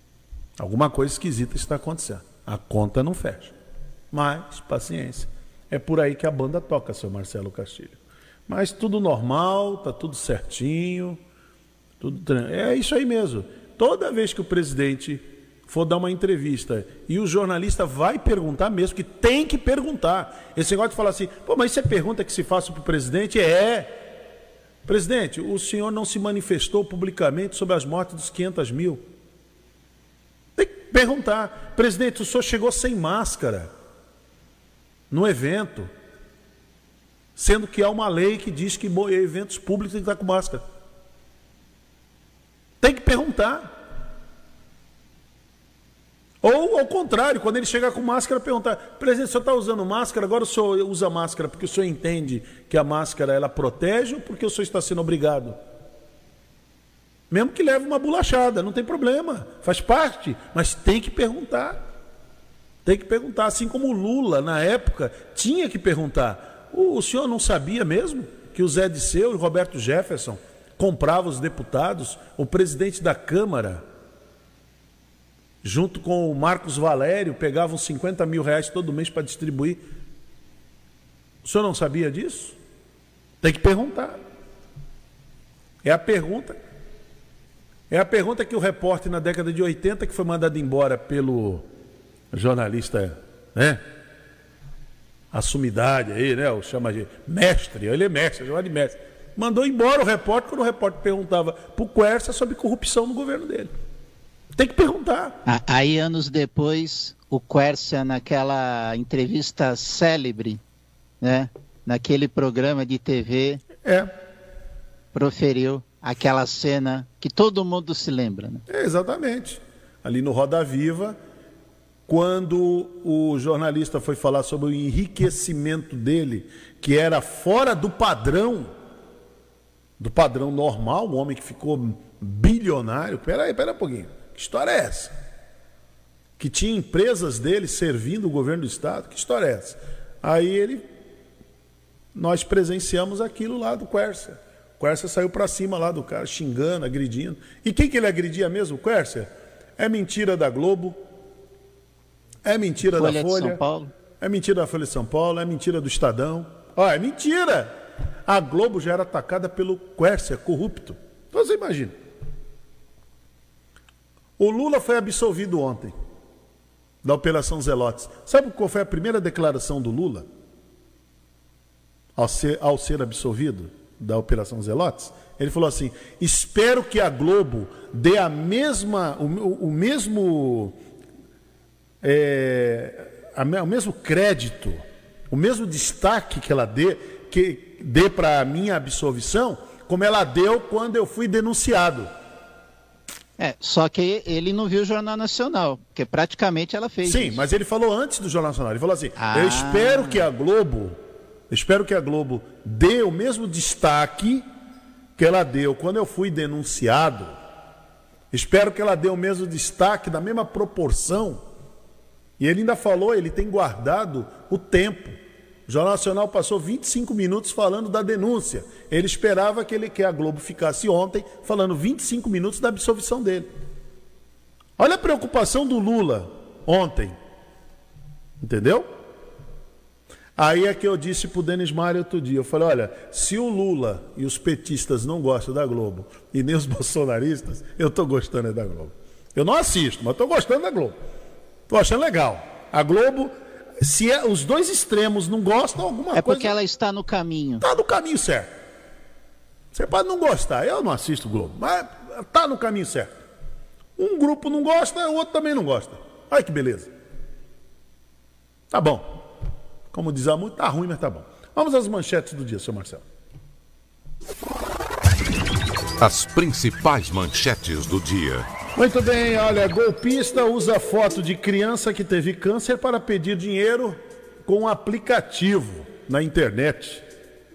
Alguma coisa esquisita está acontecendo. A conta não fecha. Mas, paciência. É por aí que a banda toca, seu Marcelo Castilho. Mas tudo normal, tá tudo certinho, tudo é isso aí mesmo. Toda vez que o presidente for dar uma entrevista e o jornalista vai perguntar mesmo, que tem que perguntar. Esse negócio de falar assim, pô, mas isso é pergunta que se faça para o presidente? É. Presidente, o senhor não se manifestou publicamente sobre as mortes dos quinhentos mil. Tem que perguntar. Presidente, o senhor chegou sem máscara no evento, sendo que há uma lei que diz que eventos públicos tem que estar com máscara. Tem que perguntar. Ou, ao contrário, quando ele chegar com máscara, perguntar, presidente, o senhor está usando máscara, agora o senhor usa máscara porque o senhor entende que a máscara ela protege ou porque o senhor está sendo obrigado? Mesmo que leve uma bolachada, não tem problema, faz parte, mas tem que perguntar. Tem que perguntar, assim como o Lula, na época, tinha que perguntar. O, o senhor não sabia mesmo que o Zé Disseu e o Roberto Jefferson compravam os deputados, o presidente da Câmara, junto com o Marcos Valério, pegavam cinquenta mil reais todo mês para distribuir? O senhor não sabia disso? Tem que perguntar. É a pergunta. É a pergunta que o repórter na década de oitenta, que foi mandado embora pelo jornalista, né? A sumidade aí, né? O chama de mestre, ele é mestre, chama de mestre. Mandou embora o repórter quando o repórter perguntava para o Quércia sobre corrupção no governo dele. Tem que perguntar. Aí, anos depois, o Quércia, naquela entrevista célebre, né, naquele programa de T V, é. proferiu aquela cena que todo mundo se lembra. Né? É, exatamente. Ali no Roda Viva, quando o jornalista foi falar sobre o enriquecimento dele, que era fora do padrão, do padrão normal, um homem que ficou bilionário. Peraí, peraí um pouquinho. Que história é essa? Que tinha empresas dele servindo o governo do estado? Que história é essa? Aí ele, nós presenciamos aquilo lá do Quércia. O Quércia saiu para cima lá do cara, xingando, agredindo. E quem que ele agredia mesmo, o Quércia? É mentira da Globo, é mentira Folha da de Folha, São Paulo. É mentira da Folha de São Paulo, é mentira do Estadão. Ó, é mentira! A Globo já era atacada pelo Quércia, corrupto. Então você imagina. O Lula foi absolvido ontem da Operação Zelotes. Sabe qual foi a primeira declaração do Lula ao ser, ao ser absolvido da Operação Zelotes? Ele falou assim, espero que a Globo dê a mesma, o, o, o mesmo é, a, o mesmo crédito, o mesmo destaque que ela dê, que dê para a minha absolvição, como ela deu quando eu fui denunciado. É, só que ele não viu o Jornal Nacional, porque praticamente ela fez Sim, isso. mas ele falou antes do Jornal Nacional. Ele falou assim, ah. eu espero que a Globo, espero que a Globo dê o mesmo destaque que ela deu quando eu fui denunciado. Espero que ela dê o mesmo destaque, da mesma proporção. E ele ainda falou, ele tem guardado o tempo. O Jornal Nacional passou vinte e cinco minutos falando da denúncia. Ele esperava que, ele, que a Globo ficasse ontem falando vinte e cinco minutos da absolvição dele. Olha a preocupação do Lula ontem. Entendeu? Aí é que eu disse para o Denis Mário outro dia. Eu falei, olha, se o Lula e os petistas não gostam da Globo e nem os bolsonaristas, eu estou gostando da Globo. Eu não assisto, mas estou gostando da Globo. Estou achando legal. A Globo... Se é, os dois extremos não gostam, alguma coisa... É porque ela está no caminho. Está no caminho certo. Você pode não gostar, eu não assisto Globo, mas está no caminho certo. Um grupo não gosta, o outro também não gosta. Olha que beleza. Tá bom. Como diz a música, tá ruim, mas tá bom. Vamos às manchetes do dia, seu Marcelo. As principais manchetes do dia. Muito bem, olha, golpista usa foto de criança que teve câncer para pedir dinheiro com um aplicativo na internet.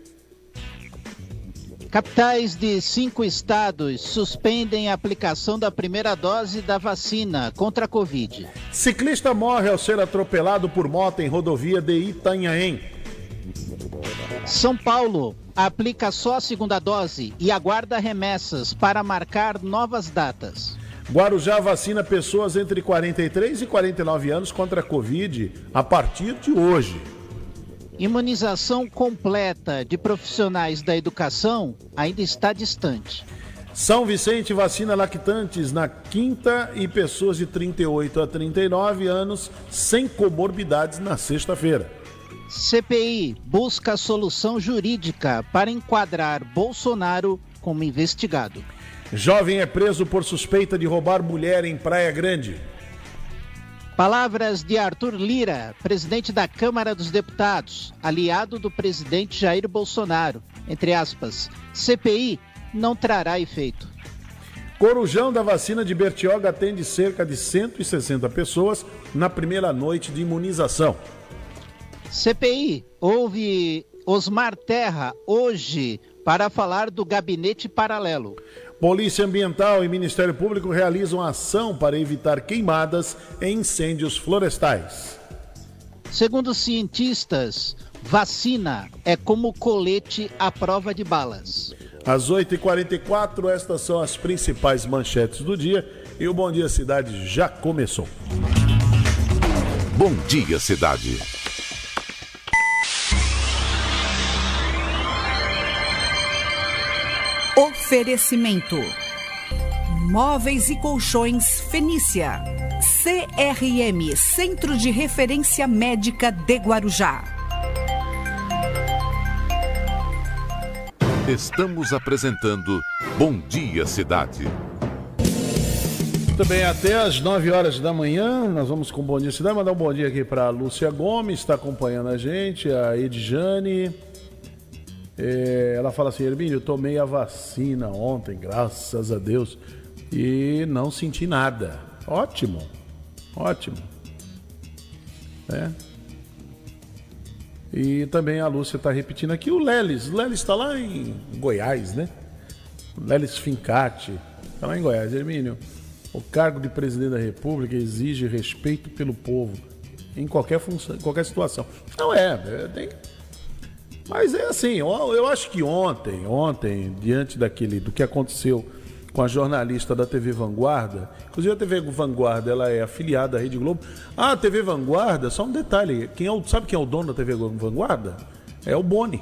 Capitais de cinco estados suspendem a aplicação da primeira dose da vacina contra a Covid. Ciclista morre ao ser atropelado por moto em rodovia de Itanhaém. São Paulo aplica só a segunda dose e aguarda remessas para marcar novas datas. Guarujá vacina pessoas entre quarenta e três e quarenta e nove anos contra a Covid a partir de hoje. Imunização completa de profissionais da educação ainda está distante. São Vicente vacina lactantes na quinta e pessoas de trinta e oito a trinta e nove anos sem comorbidades na sexta-feira. C P I busca solução jurídica para enquadrar Bolsonaro como investigado. Jovem é preso por suspeita de roubar mulher em Praia Grande. Palavras de Arthur Lira, presidente da Câmara dos Deputados, aliado do presidente Jair Bolsonaro. Entre aspas, C P I não trará efeito. Corujão da vacina de Bertioga atende cerca de cento e sessenta pessoas na primeira noite de imunização. C P I ouve Osmar Terra hoje para falar do gabinete paralelo. Polícia Ambiental e Ministério Público realizam ação para evitar queimadas em incêndios florestais. Segundo cientistas, vacina é como colete à prova de balas. Às oito e quarenta e quatro, estas são as principais manchetes do dia e o Bom Dia Cidade já começou. Bom Dia Cidade. Oferecimento: Móveis e Colchões Fenícia, C R M, Centro de Referência Médica de Guarujá. Estamos apresentando Bom Dia Cidade. Muito bem, até às nove horas da manhã, nós vamos com o Bom Dia Cidade. Mandar um bom dia aqui para a Lúcia Gomes, está acompanhando a gente, a Edjane. É, ela fala assim: Hermínio, eu tomei a vacina ontem, graças a Deus, e não senti nada. Ótimo, ótimo. É. E também a Lúcia está repetindo aqui o Lelis. O Lelis está lá em Goiás, né? O Lelis Fincati está lá em Goiás. Hermínio, o cargo de presidente da República exige respeito pelo povo em qualquer função, em qualquer situação. Não é, é tem... Mas é assim, eu, eu acho que ontem, ontem, diante daquele, do que aconteceu com a jornalista da T V Vanguarda, inclusive a T V Vanguarda, ela é afiliada à Rede Globo. Ah, a T V Vanguarda, só um detalhe, quem é o, sabe quem é o dono da T V Vanguarda? É o Boni,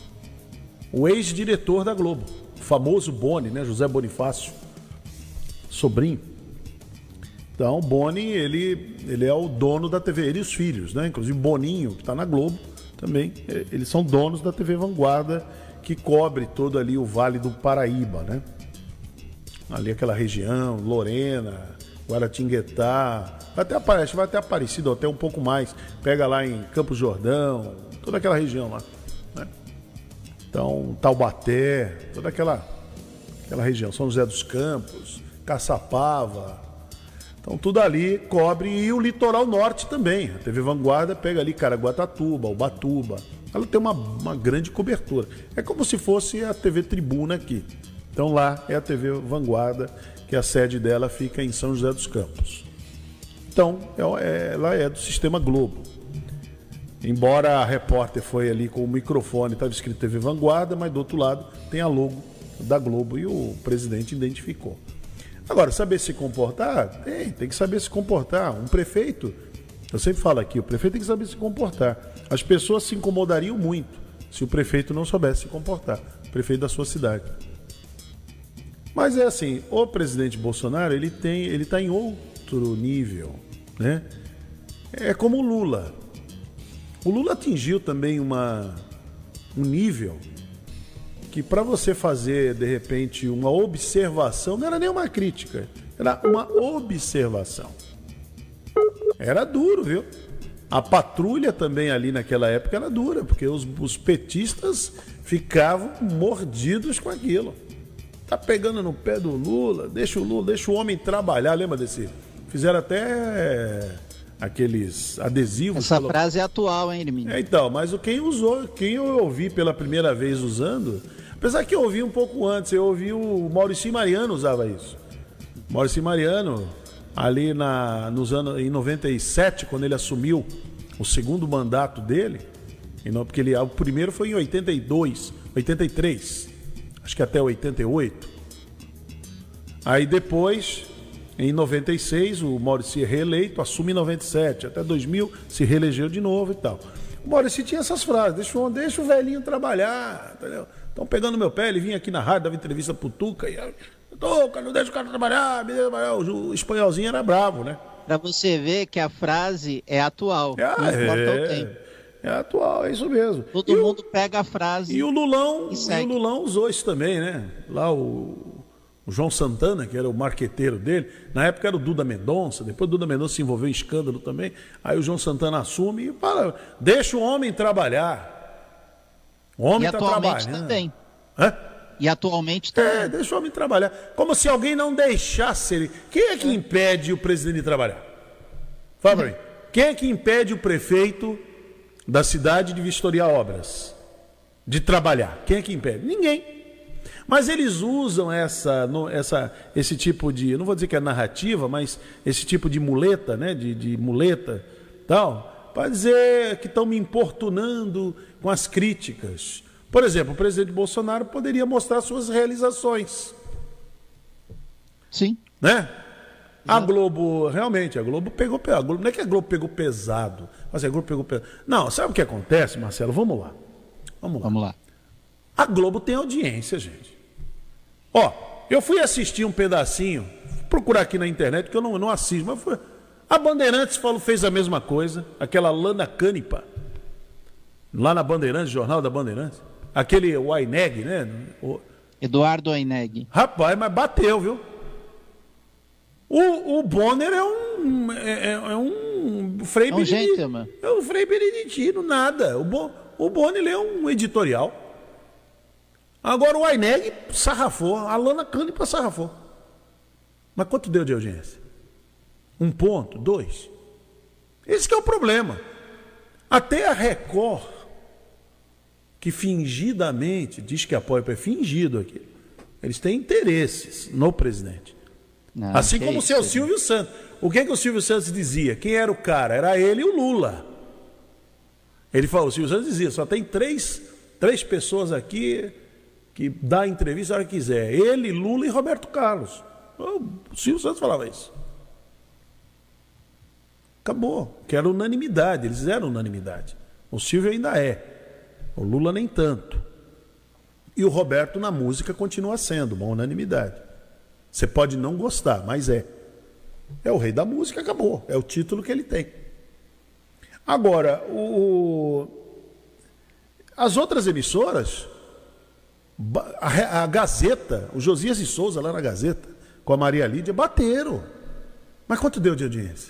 o ex-diretor da Globo, o famoso Boni, né, José Bonifácio, sobrinho. Então, o Boni, ele, ele é o dono da T V, ele e os filhos, né, inclusive Boninho, que está na Globo, também, eles são donos da T V Vanguarda, que cobre todo ali o Vale do Paraíba, né? Ali aquela região, Lorena, Guaratinguetá, vai até aparece, vai até Aparecido, até um pouco mais, pega lá em Campos Jordão, toda aquela região lá, né? Então, Taubaté, toda aquela, aquela região, São José dos Campos, Caçapava. Então tudo ali cobre, e o litoral norte também. A T V Vanguarda pega ali Caraguatatuba, Ubatuba. Ela tem uma, uma grande cobertura. É como se fosse a T V Tribuna aqui. Então lá é a T V Vanguarda, que a sede dela fica em São José dos Campos. Então é, ela é do Sistema Globo. Embora a repórter foi ali com o microfone, estava escrito T V Vanguarda, mas do outro lado tem a logo da Globo e o presidente identificou. Agora, saber se comportar? Tem, tem que saber se comportar. Um prefeito, eu sempre falo aqui, o prefeito tem que saber se comportar. As pessoas se incomodariam muito se o prefeito não soubesse se comportar, o prefeito da sua cidade. Mas é assim, o presidente Bolsonaro, ele tem, ele está em outro nível, né? É como o Lula. O Lula atingiu também uma, um nível que, para você fazer, de repente, uma observação, não era nem uma crítica, era uma observação. Era duro, viu? A patrulha também ali naquela época era dura, porque os, os petistas ficavam mordidos com aquilo. Tá pegando no pé do Lula, deixa o Lula, deixa o homem trabalhar, lembra desse? Fizeram até aqueles adesivos. Essa pelo... frase é atual, hein, Hermínio? É, então, mas quem usou, quem eu ouvi pela primeira vez usando, apesar que eu ouvi um pouco antes, eu ouvi o Maurício Mariano usava isso. Maurício Mariano, ali na, nos anos, em noventa e sete, quando ele assumiu o segundo mandato dele, porque ele, o primeiro foi em oitenta e dois, oitenta e três, acho que até oitenta e oito. Aí depois, em noventa e seis, o Maurício reeleito, assume em noventa e sete, até dois mil se reelegeu de novo e tal. Maurício tinha essas frases, deixa o, deixa o velhinho trabalhar, entendeu? Estão pegando meu pé, ele vinha aqui na rádio, dava entrevista pro Tuca, e Tuca, não deixa o cara trabalhar, me deixa trabalhar. O, o espanholzinho era bravo, né? Para você ver que a frase é atual, é, não importa é, o tempo. É atual, é isso mesmo. Todo e mundo o, pega a frase e o Lulão, e, e o Lulão usou isso também, né? Lá o, o João Santana, que era o marqueteiro dele, na época era o Duda Mendonça, depois o Duda Mendonça se envolveu em escândalo também, aí o João Santana assume e fala, deixa o homem trabalhar. O homem está trabalhando. Também. Hã? E atualmente também. É, deixa o homem trabalhar. Como se alguém não deixasse ele. Quem é que é. impede o presidente de trabalhar? Fala pra mim. Quem é que impede o prefeito da cidade de vistoriar obras? De trabalhar? Quem é que impede? Ninguém. Mas eles usam essa, essa, esse tipo de, não vou dizer que é narrativa, mas esse tipo de muleta, né? De, de muleta, tal, para dizer que estão me importunando com as críticas. Por exemplo, o presidente Bolsonaro poderia mostrar suas realizações. Sim. Né? A Globo, realmente, a Globo pegou, a Globo, não é que a Globo pegou pesado, mas a Globo pegou pesado. Não, sabe o que acontece, Marcelo? Vamos lá. Vamos lá. Vamos lá. A Globo tem audiência, gente. Ó, eu fui assistir um pedacinho, vou procurar aqui na internet, que eu não, não assisto, mas foi. A Bandeirantes falou, fez a mesma coisa, aquela Lana Canipa, lá na Bandeirantes, Jornal da Bandeirantes, aquele Waineg, né? O... Eduardo Waineg. Rapaz, mas bateu, viu? O, o Bonner é um é, é um Frei é um Beneditino. É um Frei Beneditino, nada. O, Bo, o Bonner é um editorial. Agora o Waineg sarrafou, a Lana Canipa sarrafou. Mas quanto deu de audiência? Um ponto, dois. Esse que é o problema. Até a Record, que fingidamente diz que apoia, é fingido aqui. Eles têm interesses no presidente. Não, assim como o seu Silvio Santos. O que, que o Silvio Santos dizia? Quem era o cara? Era ele e o Lula. Ele falou, o Silvio Santos dizia, só tem três, três pessoas aqui que dá entrevista a hora que quiser. Ele, Lula e Roberto Carlos. O Silvio Santos falava isso. Acabou. Que era unanimidade. Eles eram unanimidade. O Silvio ainda é. O Lula nem tanto. E o Roberto na música continua sendo uma unanimidade. Você pode não gostar, mas é. É o rei da música, acabou. É o título que ele tem. Agora, o... as outras emissoras, a, a Gazeta, o Josias de Souza lá na Gazeta, com a Maria Lídia, bateram. Mas quanto deu de audiência?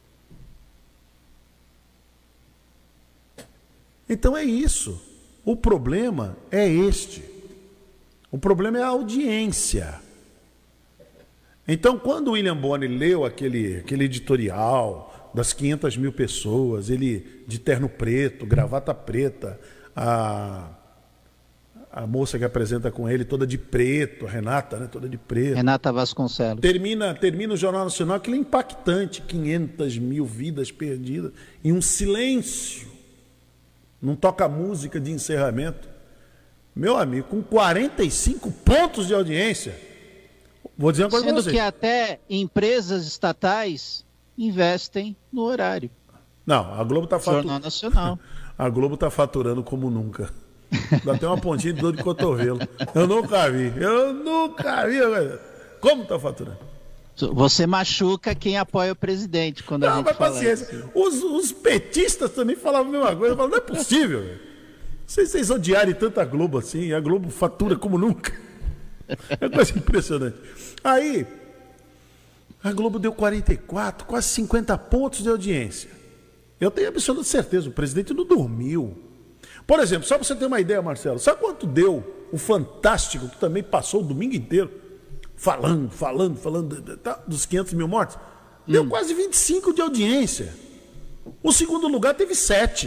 Então é isso. O problema é este. O problema é a audiência. Então, quando o William Bonner leu aquele, aquele editorial das quinhentas mil pessoas, ele de terno preto, gravata preta, a, a moça que apresenta com ele toda de preto, a Renata, né, toda de preto. Renata Vasconcelos. Termina, termina o Jornal Nacional, aquilo é impactante, quinhentas mil vidas perdidas, em um silêncio. Não toca música de encerramento. Meu amigo, com quarenta e cinco pontos de audiência... Vou dizer uma coisa Sendo pra você. que até empresas estatais investem no horário. Não, a Globo está faturando. Jornal Nacional. A Globo está faturando como nunca. Dá até uma pontinha de dor de cotovelo. Eu nunca vi. Eu nunca vi. Como está faturando? Você machuca quem apoia o presidente quando não, a gente mas fala paciência. isso. Os, os petistas também falavam a mesma coisa. Eu falo, não é possível. Véio. Vocês, vocês odiarem tanto a Globo assim. A Globo fatura como nunca. É coisa impressionante. Aí, a Globo deu quarenta e quatro, quase cinquenta pontos de audiência. Eu tenho absoluta certeza, o presidente não dormiu. Por exemplo, só para você ter uma ideia, Marcelo, sabe quanto deu o Fantástico, que também passou o domingo inteiro, falando, falando, falando dos quinhentos mil mortes? Deu hum. quase vinte e cinco de audiência. O segundo lugar teve sete.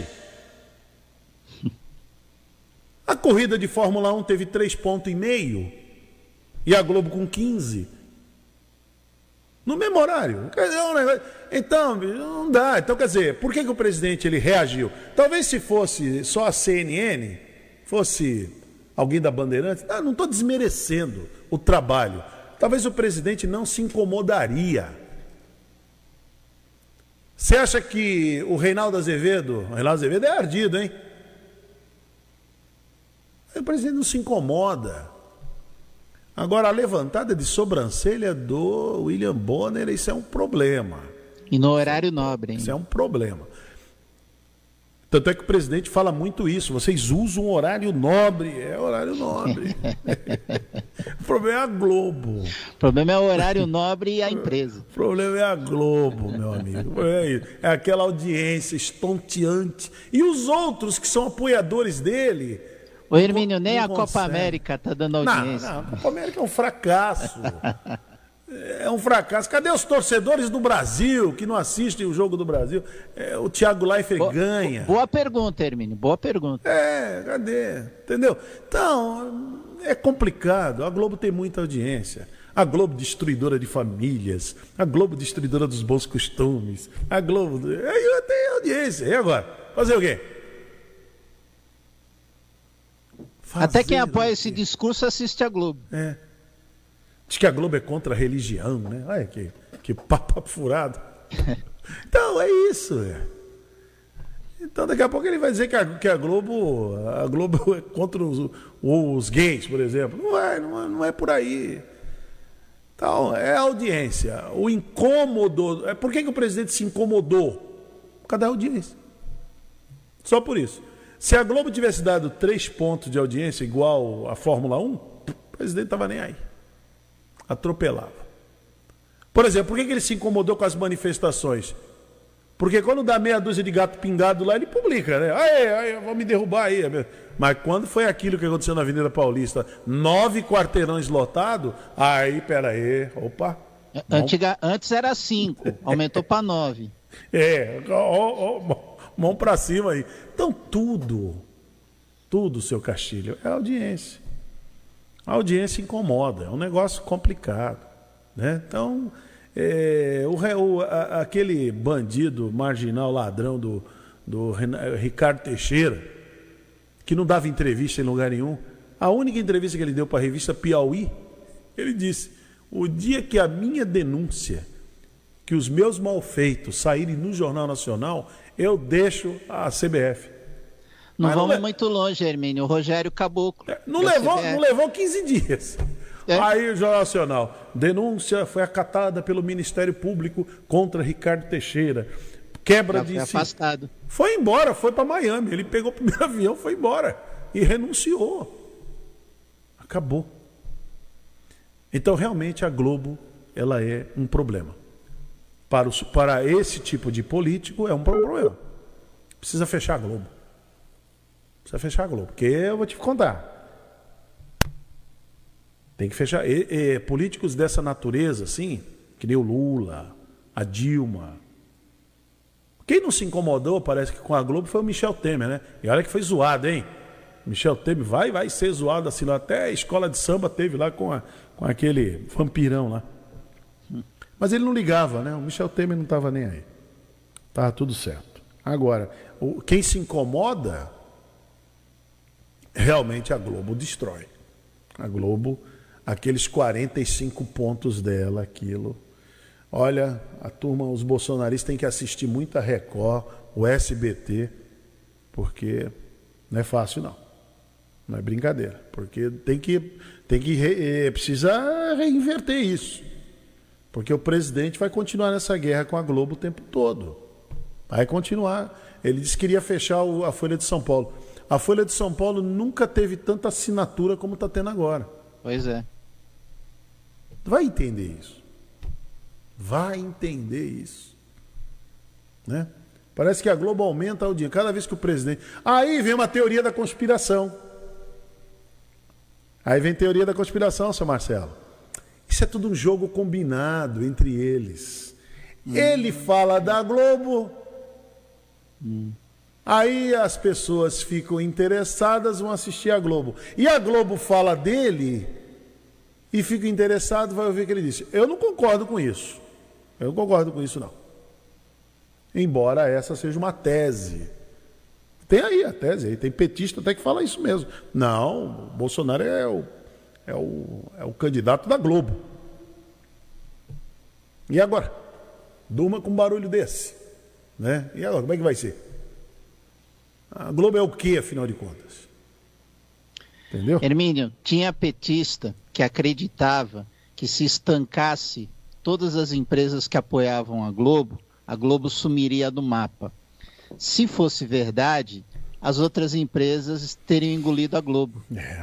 A corrida de Fórmula um teve três pontos e meio. E a Globo com quinze. No mesmo horário. Então, não dá. Então, quer dizer, por que, que o presidente ele reagiu? Talvez se fosse só a C N N, fosse alguém da Bandeirantes, ah, não estou desmerecendo o trabalho. Talvez o presidente não se incomodaria. Você acha que o Reinaldo Azevedo, o Reinaldo Azevedo é ardido, hein? O presidente não se incomoda. Agora, a levantada de sobrancelha do William Bonner, isso é um problema. E no horário nobre, hein? Isso é um problema. Tanto é que o presidente fala muito isso. Vocês usam um horário nobre. É horário nobre. O problema é a Globo. O problema é o horário nobre e a empresa. O problema é a Globo, meu amigo. É, é aquela audiência estonteante. E os outros que são apoiadores dele... O Hermínio, nem não a Copa consegue. América está dando audiência. Não, não, a Copa América é um fracasso. É um fracasso. Cadê os torcedores do Brasil que não assistem o jogo do Brasil? É, o Thiago Leifert Bo ganha. Boa pergunta, Hermínio. Boa pergunta. É, cadê? Entendeu? Então, é complicado. A Globo tem muita audiência. A Globo destruidora de famílias. A Globo destruidora dos bons costumes. A Globo... Aí tem audiência. E agora? Fazer o quê? Fazer Até quem apoia esse discurso assiste a Globo. É. Diz que a Globo é contra a religião, né? Olha que, que papo furado. Então, é isso. É. Então, daqui a pouco ele vai dizer que a, que a Globo a Globo é contra os, os gays, por exemplo. Não é, não é, não é por aí. Então, é a audiência. O incômodo... É, por que, que o presidente se incomodou? Por causa da audiência. Só por isso. Se a Globo tivesse dado três pontos de audiência igual a Fórmula um, o presidente não estava nem aí. Atropelava. Por exemplo, por que ele se incomodou com as manifestações? Porque quando dá meia dúzia de gato pingado lá, ele publica, né? Aí, aí, vou me derrubar aí. Mas quando foi aquilo que aconteceu na Avenida Paulista, nove quarteirões lotados, aí, peraí, opa. Antiga, antes era cinco, aumentou para nove. É, ó, ó, mão para cima aí. Então, tudo, tudo, seu Castilho, é audiência. A audiência incomoda, é um negócio complicado, né? Então, é, o, o, a, aquele bandido marginal, ladrão do, do Ricardo Teixeira, que não dava entrevista em lugar nenhum, a única entrevista que ele deu para a revista Piauí, ele disse: o dia que a minha denúncia, que os meus malfeitos saírem no Jornal Nacional, eu deixo a C B F. Não Mas vamos não le... muito longe, Hermínio. O Rogério Caboclo. Não levou, não levou quinze dias. É. Aí o Jornal Nacional. Denúncia foi acatada pelo Ministério Público contra Ricardo Teixeira. Quebra de... Foi afastado. Foi embora, foi para Miami. Ele pegou o primeiro avião, foi embora. E renunciou. Acabou. Então, realmente, a Globo, ela é um problema. Para, o, para esse tipo de político, é um problema. Precisa fechar a Globo. Precisa fechar a Globo. Porque eu vou te contar. Tem que fechar. E, e, políticos dessa natureza, assim, que nem o Lula, a Dilma. Quem não se incomodou, parece que com a Globo, foi o Michel Temer, né? E olha que foi zoado, hein? Michel Temer vai, vai ser zoado assim lá. Até a escola de samba teve lá com, a, com aquele vampirão lá. Mas ele não ligava, né? O Michel Temer não estava nem aí. Estava tudo certo. Agora, o, quem se incomoda, realmente a Globo destrói. A Globo, aqueles quarenta e cinco pontos dela, aquilo. Olha, a turma, os bolsonaristas têm que assistir muito a Record, o S B T, porque não é fácil, não. Não é brincadeira. Porque tem que, tem que re, precisa reinverter isso. Porque o presidente vai continuar nessa guerra com a Globo o tempo todo. Vai continuar. Ele disse que queria fechar o, a Folha de São Paulo. A Folha de São Paulo nunca teve tanta assinatura como está tendo agora. Pois é. Vai entender isso. Vai entender isso. Né? Parece que a Globo aumenta a audiência. Cada vez que o presidente... Aí vem uma teoria da conspiração. Aí vem teoria da conspiração, seu Marcelo. Isso é tudo um jogo combinado entre eles. Hum. Ele fala da Globo, hum. aí as pessoas ficam interessadas, vão assistir a Globo. E a Globo fala dele e fica interessado, vai ouvir o que ele disse. Eu não concordo com isso. Eu não concordo com isso, não. Embora essa seja uma tese. Tem aí a tese, aí tem petista até que fala isso mesmo. Não, o Bolsonaro é o... É o, é o candidato da Globo. E agora? Durma com um barulho desse. né? E agora, como é que vai ser? A Globo é o quê, afinal de contas? Entendeu? Hermínio, tinha petista que acreditava que se estancasse todas as empresas que apoiavam a Globo, a Globo sumiria do mapa. Se fosse verdade, as outras empresas teriam engolido a Globo. É.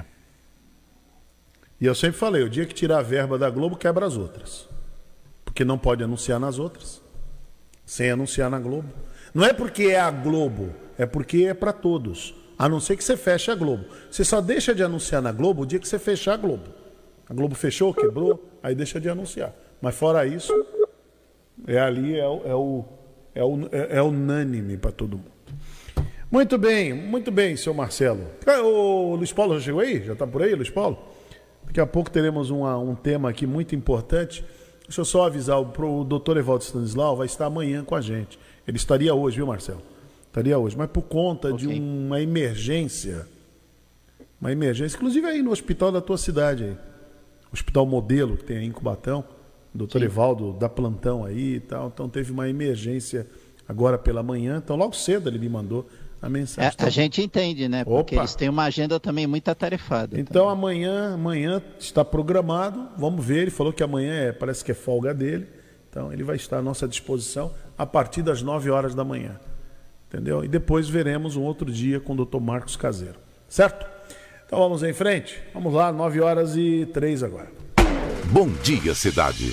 E eu sempre falei, o dia que tirar a verba da Globo, quebra as outras. Porque não pode anunciar nas outras, sem anunciar na Globo. Não é porque é a Globo, é porque é para todos. A não ser que você feche a Globo. Você só deixa de anunciar na Globo o dia que você fechar a Globo. A Globo fechou, quebrou, aí deixa de anunciar. Mas fora isso, é ali, é, o, é, o, é, o, é, é unânime para todo mundo. Muito bem, muito bem, seu Marcelo. O Luiz Paulo já chegou aí? Já está por aí, Luiz Paulo? Daqui a pouco teremos uma, um tema aqui muito importante. Deixa eu só avisar, o, o doutor Evaldo Stanislau vai estar amanhã com a gente. Ele estaria hoje, viu, Marcelo? Estaria hoje, mas por conta okay. de uma emergência, uma emergência, inclusive aí no hospital da tua cidade, aí, hospital modelo que tem aí em Cubatão, o doutor Sim. Evaldo dá plantão aí e tal, então teve uma emergência agora pela manhã, então logo cedo ele me mandou a mensagem. É, então, a gente entende, né? Porque opa. eles têm uma agenda também muito atarefada. Então também. amanhã, amanhã está programado, vamos ver, ele falou que amanhã é, parece que é folga dele, então ele vai estar à nossa disposição a partir das nove horas da manhã. Entendeu? E depois veremos um outro dia com o doutor Marcos Caseiro. Certo? Então vamos em frente. Vamos lá, nove horas e três agora. Bom dia, cidade.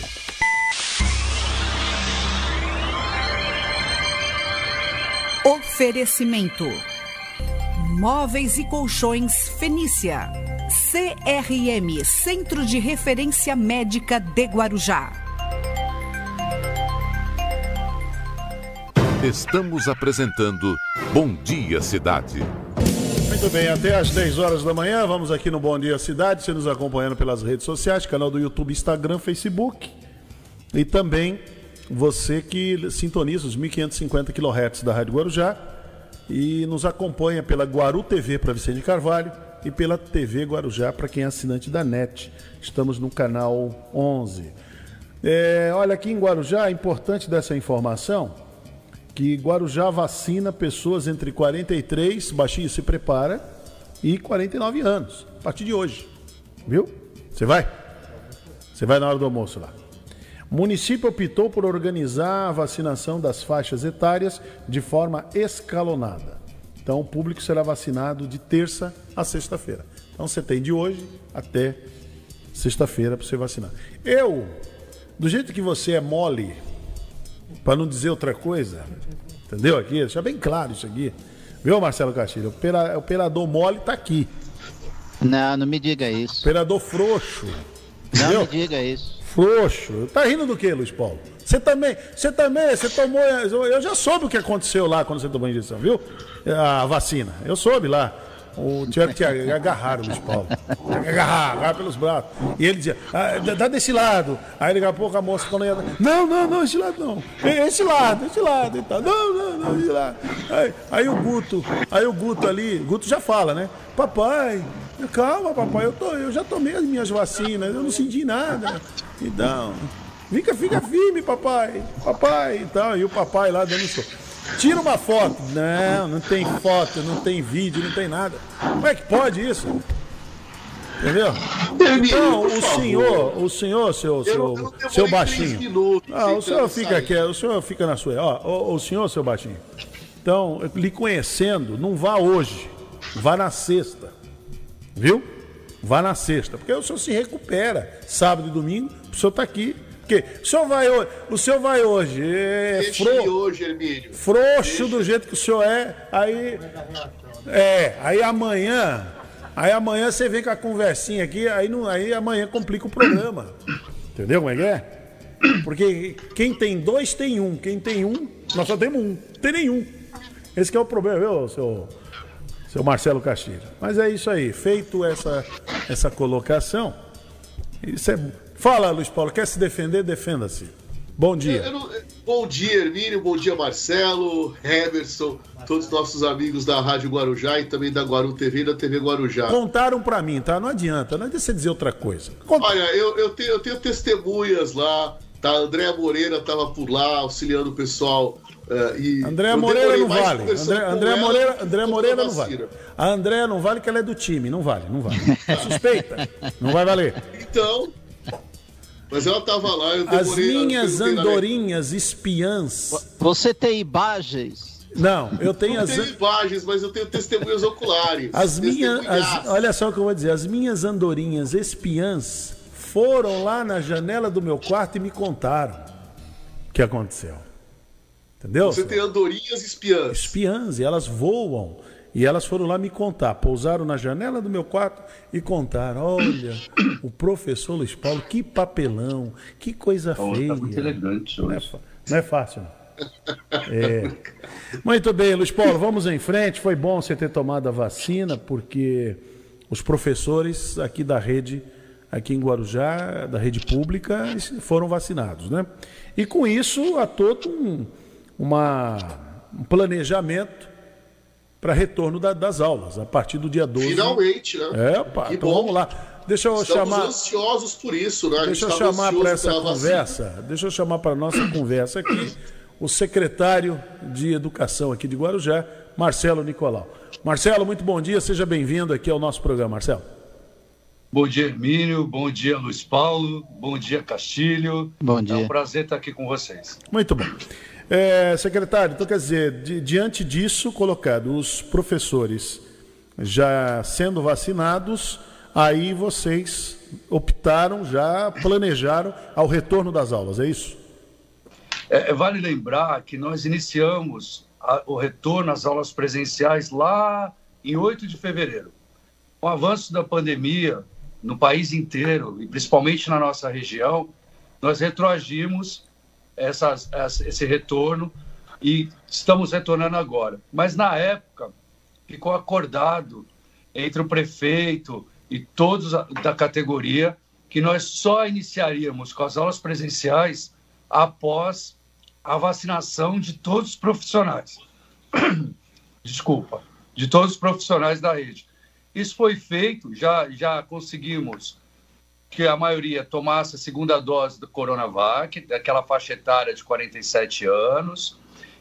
Oferecimento. Móveis e Colchões Fenícia. C R M, Centro de Referência Médica de Guarujá. Estamos apresentando Bom Dia Cidade. Muito bem, até às dez horas da manhã, vamos aqui no Bom Dia Cidade, você nos acompanhando pelas redes sociais, canal do YouTube, Instagram, Facebook. E também você que sintoniza os mil quinhentos e cinquenta quilohertz da Rádio Guarujá e nos acompanha pela Guaru T V para Vicente Carvalho e pela T V Guarujá para quem é assinante da N E T. Estamos no canal onze. É, olha, aqui em Guarujá, é importante dessa informação que Guarujá vacina pessoas entre quarenta e três, baixinho se prepara, e quarenta e nove anos, a partir de hoje. Viu? Você vai? Você vai na hora do almoço lá. O município optou por organizar a vacinação das faixas etárias de forma escalonada. Então o público será vacinado de terça a sexta-feira. Então você tem de hoje até sexta-feira para você vacinar. Eu, do jeito que você é mole, para não dizer outra coisa, entendeu aqui? Deixa bem claro isso aqui. Viu, Marcelo Castilho? O operador mole tá aqui. Não, não me diga isso. Operador frouxo. Não entendeu? me diga isso. Frouxo. Tá rindo do quê, Luiz Paulo? Você também, você também, você tomou... Eu já soube o que aconteceu lá quando você tomou a injeção, viu? A vacina. Eu soube lá. O tiveram que agarrar o Luiz Paulo. Agarrar, agarrar pelos braços. E ele dizia, ah, dá desse lado. Aí daqui a pouco a moça quando ia. Não, não, não, esse lado não. Esse lado, esse lado e tal. Não, não, não, esse lado. Aí, aí o Guto, aí o Guto ali, o Guto já fala, né? Papai, calma, papai, eu, tô, eu já tomei as minhas vacinas, eu não senti nada. Então, fica, fica firme, papai. Papai e tal. E o papai lá dando soco. Tira uma foto. Não, não tem foto, não tem vídeo, não tem nada. Como é que pode isso? Entendeu? Então, o senhor, o senhor, seu, seu, seu baixinho. Ah, o senhor fica aqui, o senhor fica na sua. Ó, o, o senhor, seu baixinho. Então, lhe conhecendo, não vá hoje. Vá na sexta. Viu? Vá na sexta. Porque o senhor se recupera. Sábado e domingo, o senhor está aqui. Porque o senhor vai hoje, o senhor vai hoje, é fro... hoje, Hermínio. Frouxo Deixa. do jeito que o senhor é, aí é, aí amanhã, aí amanhã você vem com a conversinha aqui, aí não, aí amanhã complica o programa. Entendeu como é que é? Porque quem tem dois tem um, quem tem um, nós só temos um, não tem nenhum. Esse que é o problema, viu, seu seu Marcelo Castilho. Mas é isso aí, feito essa essa colocação, isso é. Fala, Luiz Paulo, quer se defender? Defenda-se. Bom dia. Eu, eu não, bom dia, Hermínio, bom dia, Marcelo, Heverson, todos os nossos amigos da Rádio Guarujá e também da Guaru T V e da T V Guarujá. Contaram pra mim, tá? Não adianta, não adianta você dizer outra coisa. Conta. Olha, eu, eu, tenho, eu tenho testemunhas lá Tá, a Andréa Moreira estava por lá, auxiliando o pessoal. Uh, e Andréa Moreira não vale. André, Andréa Moreira, Andréa Moreira não vale. A Andréa não vale que ela é do time. Não vale, não vale. É suspeita. Não vai valer. Então... Mas ela estava lá, eu As minhas andorinhas espiãs... Você tem imagens? Não, eu tenho não as... tenho imagens, mas eu tenho testemunhas oculares. As minhas... As... Olha só o que eu vou dizer. As minhas andorinhas espiãs foram lá na janela do meu quarto e me contaram o que aconteceu. Entendeu? Você tem andorinhas espiãs. Espiãs, e elas voam. E elas foram lá me contar, pousaram na janela do meu quarto e contaram, olha, o professor Luiz Paulo, que papelão, que coisa oh, feia. Tá muito elegante hoje. Não é, não é fácil, não. É. Muito bem, Luiz Paulo, vamos em frente. Foi bom você ter tomado a vacina, porque os professores aqui da rede, aqui em Guarujá, da rede pública, foram vacinados, né? E com isso, há todo um, uma, um planejamento para retorno da, das aulas, a partir do dia doze. Finalmente, né? É, pá, então bom. Vamos lá. Deixa eu Estamos chamar. ansiosos por isso, né? Deixa eu chamar para essa conversa. Vacina. Deixa eu chamar para a nossa conversa aqui o secretário de Educação aqui de Guarujá, Marcelo Nicolau. Marcelo, muito bom dia, seja bem-vindo aqui ao nosso programa, Marcelo. Bom dia, Hermínio. Bom dia, Luiz Paulo. Bom dia, Castilho. Bom dia. É um prazer estar aqui com vocês. Muito bom. É, secretário, então quer dizer, di, diante disso, colocado os professores já sendo vacinados, aí vocês optaram, já planejaram ao retorno das aulas, é isso? É, vale lembrar que nós iniciamos a, o retorno às aulas presenciais lá em oito de fevereiro. Com o avanço da pandemia no país inteiro, e principalmente na nossa região, nós retroagimos Essas, esse retorno e estamos retornando agora. Mas na época ficou acordado entre o prefeito e todos da categoria que nós só iniciaríamos com as aulas presenciais após a vacinação de todos os profissionais. Desculpa, de todos os profissionais da rede. Isso foi feito, já, já conseguimos que a maioria tomasse a segunda dose do Coronavac, daquela faixa etária de quarenta e sete anos.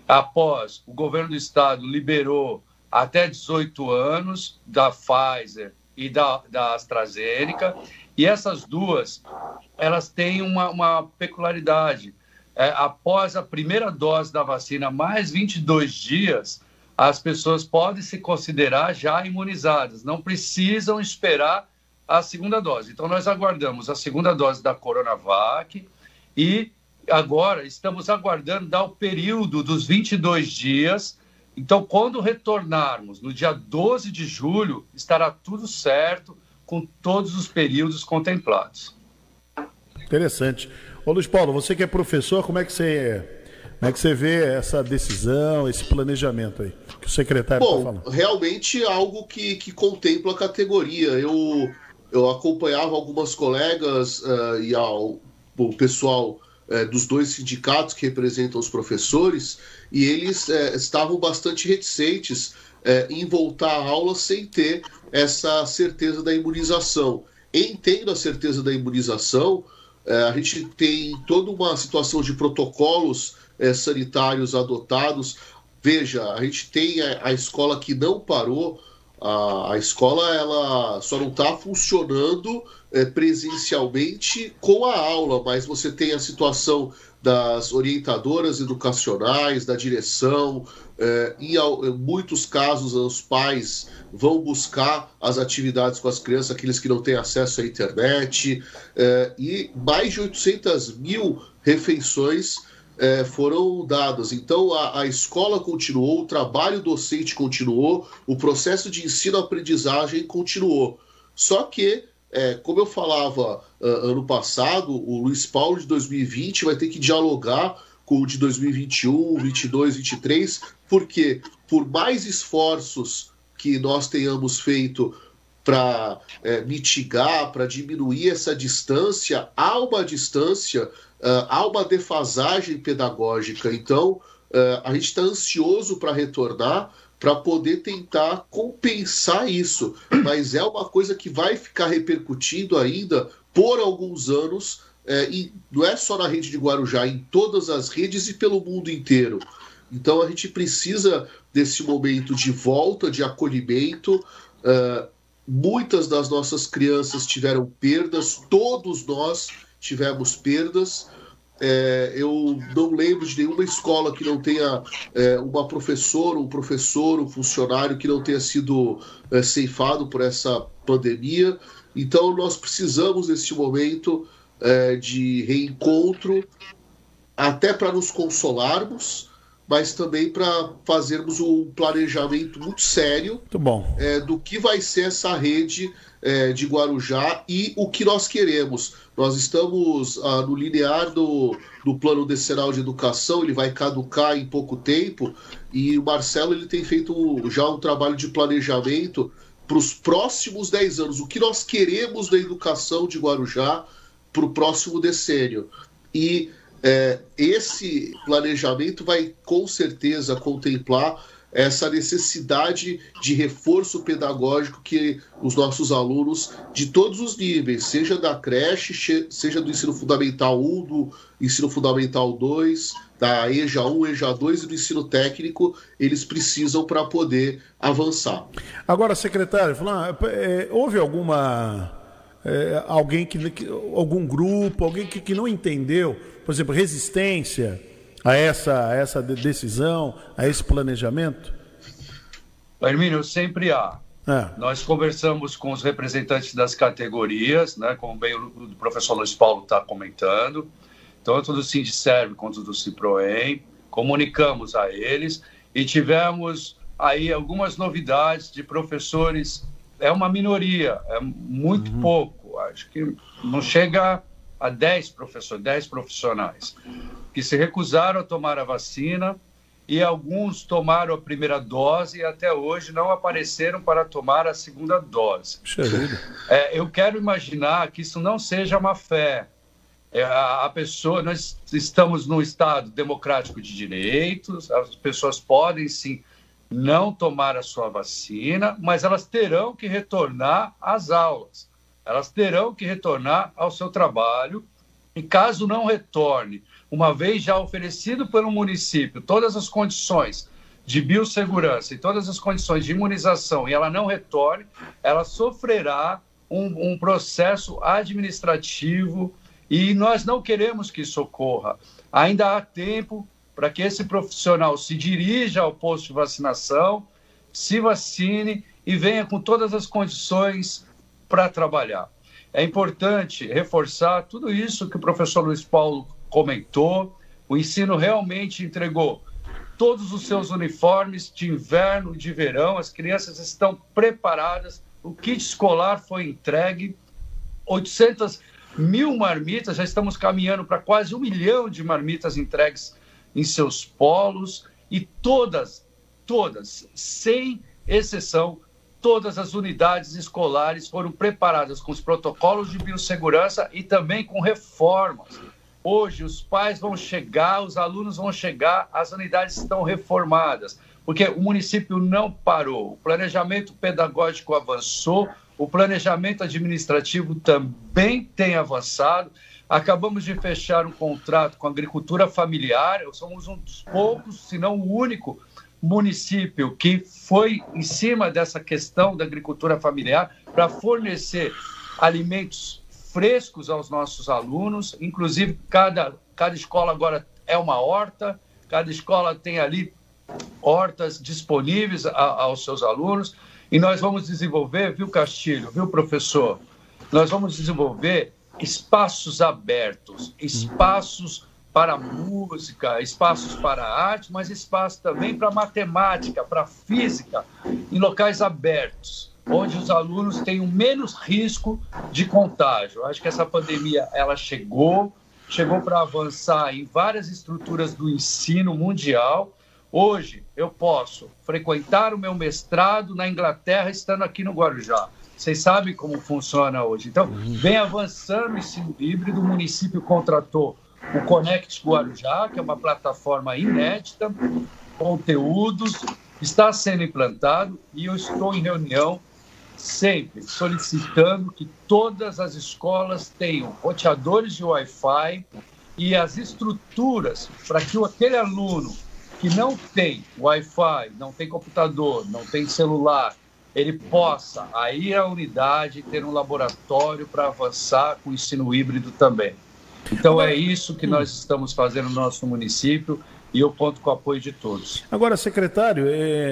Após, o governo do estado liberou até dezoito anos da Pfizer e da, da AstraZeneca. E essas duas, elas têm uma, uma peculiaridade. É, após a primeira dose da vacina, mais vinte e dois dias, as pessoas podem se considerar já imunizadas. Não precisam esperar a segunda dose. Então, nós aguardamos a segunda dose da Coronavac e agora estamos aguardando dar o período dos vinte e dois dias. Então, quando retornarmos no dia doze de julho, estará tudo certo com todos os períodos contemplados. Interessante. Ô, Luiz Paulo, você que é professor, como é que você, como é que você vê essa decisão, esse planejamento aí que o secretário está falando? Bom, realmente é algo que, que contempla a categoria. Eu... Eu acompanhava algumas colegas uh, e ao, o pessoal uh, dos dois sindicatos que representam os professores, e eles uh, estavam bastante reticentes uh, em voltar à aula sem ter essa certeza da imunização. Em tendo a certeza da imunização, uh, a gente tem toda uma situação de protocolos uh, sanitários adotados. Veja, a gente tem a, a escola que não parou. A, a escola ela só não está funcionando é, presencialmente com a aula, mas você tem a situação das orientadoras educacionais, da direção, é, e em muitos casos os pais vão buscar as atividades com as crianças, aqueles que não têm acesso à internet, é, e mais de oitocentas mil refeições É, foram dadas. Então a, a escola continuou, o trabalho docente continuou, o processo de ensino-aprendizagem continuou. Só que, é, como eu falava uh, ano passado, o Luiz Paulo de dois mil e vinte vai ter que dialogar com o de dois mil e vinte e um, vinte e dois, vinte e três, porque por mais esforços que nós tenhamos feito para é, mitigar, para diminuir essa distância, há uma distância, uh, há uma defasagem pedagógica. Então, uh, a gente está ansioso para retornar, para poder tentar compensar isso. Mas é uma coisa que vai ficar repercutindo ainda por alguns anos é, e não é só na rede de Guarujá, em todas as redes e pelo mundo inteiro. Então a gente precisa desse momento de volta, de acolhimento. Uh, muitas das nossas crianças tiveram perdas, todos nós tivemos perdas. É, eu não lembro de nenhuma escola que não tenha é, uma professora, um professor, um funcionário que não tenha sido é, ceifado por essa pandemia. Então nós precisamos desse momento é, de reencontro, até para nos consolarmos, mas também para fazermos um planejamento muito sério muito bom. É, do que vai ser essa rede é, de Guarujá e o que nós queremos. Nós estamos ah, no linear do, do Plano Decenal de Educação, ele vai caducar em pouco tempo, e o Marcelo ele tem feito já um trabalho de planejamento para os próximos dez anos, o que nós queremos da educação de Guarujá para o próximo decênio. E É, esse planejamento vai com certeza contemplar essa necessidade de reforço pedagógico que os nossos alunos de todos os níveis, seja da creche, seja do ensino fundamental um, do ensino fundamental dois, da E J A um, E J A dois e do ensino técnico, eles precisam para poder avançar. Agora, secretário, falando, é, houve alguma é, alguém que, algum grupo, alguém que, que não entendeu, por exemplo, resistência a essa, a essa decisão, a esse planejamento? Hermínio, sempre há. É. Nós conversamos com os representantes das categorias, né, como bem o professor Luiz Paulo está comentando, tanto do Sindicerv quanto do Ciproem, comunicamos a eles e tivemos aí algumas novidades de professores. É uma minoria, é muito uhum. pouco, acho que não chega a dez professores, dez profissionais, que se recusaram a tomar a vacina, e alguns tomaram a primeira dose e até hoje não apareceram para tomar a segunda dose. É, eu quero imaginar que isso não seja má fé. É, a, a pessoa, nós estamos num Estado democrático de direitos, as pessoas podem sim não tomar a sua vacina, mas elas terão que retornar às aulas. Elas terão que retornar ao seu trabalho, e caso não retorne, uma vez já oferecido pelo município todas as condições de biossegurança e todas as condições de imunização, e ela não retorne, ela sofrerá um, um processo administrativo, e nós não queremos que isso ocorra. Ainda há tempo para que esse profissional se dirija ao posto de vacinação, se vacine e venha com todas as condições para trabalhar. É importante reforçar tudo isso que o professor Luiz Paulo comentou. O ensino realmente entregou todos os seus uniformes de inverno e de verão, as crianças estão preparadas, o kit escolar foi entregue, oitocentas mil marmitas, já estamos caminhando para quase um milhão de marmitas entregues em seus polos, e todas, todas, sem exceção, todas as unidades escolares foram preparadas com os protocolos de biossegurança e também com reformas. Hoje, os pais vão chegar, os alunos vão chegar, as unidades estão reformadas, porque o município não parou. O planejamento pedagógico avançou, o planejamento administrativo também tem avançado. Acabamos de fechar um contrato com a agricultura familiar, somos um dos poucos, se não o único, município que foi em cima dessa questão da agricultura familiar para fornecer alimentos frescos aos nossos alunos. Inclusive, cada, cada escola agora é uma horta, cada escola tem ali hortas disponíveis a, aos seus alunos, e nós vamos desenvolver, viu, Castilho, viu, professor? Nós vamos desenvolver espaços abertos, espaços para música, espaços para arte, mas espaço também para matemática, para física, em locais abertos, onde os alunos tenham menos risco de contágio. Acho que essa pandemia ela chegou, chegou para avançar em várias estruturas do ensino mundial. Hoje eu posso frequentar o meu mestrado na Inglaterra estando aqui no Guarujá. Vocês sabem como funciona hoje. Então, vem avançando o ensino híbrido, o município contratou o Conect Guarujá, que é uma plataforma inédita, conteúdos, está sendo implantado, e eu estou em reunião sempre solicitando que todas as escolas tenham roteadores de Wi-Fi e as estruturas para que aquele aluno que não tem Wi-Fi, não tem computador, não tem celular, ele possa ir à unidade e ter um laboratório para avançar com o ensino híbrido também. Então é isso que nós estamos fazendo no nosso município e eu conto com o apoio de todos. Agora, secretário,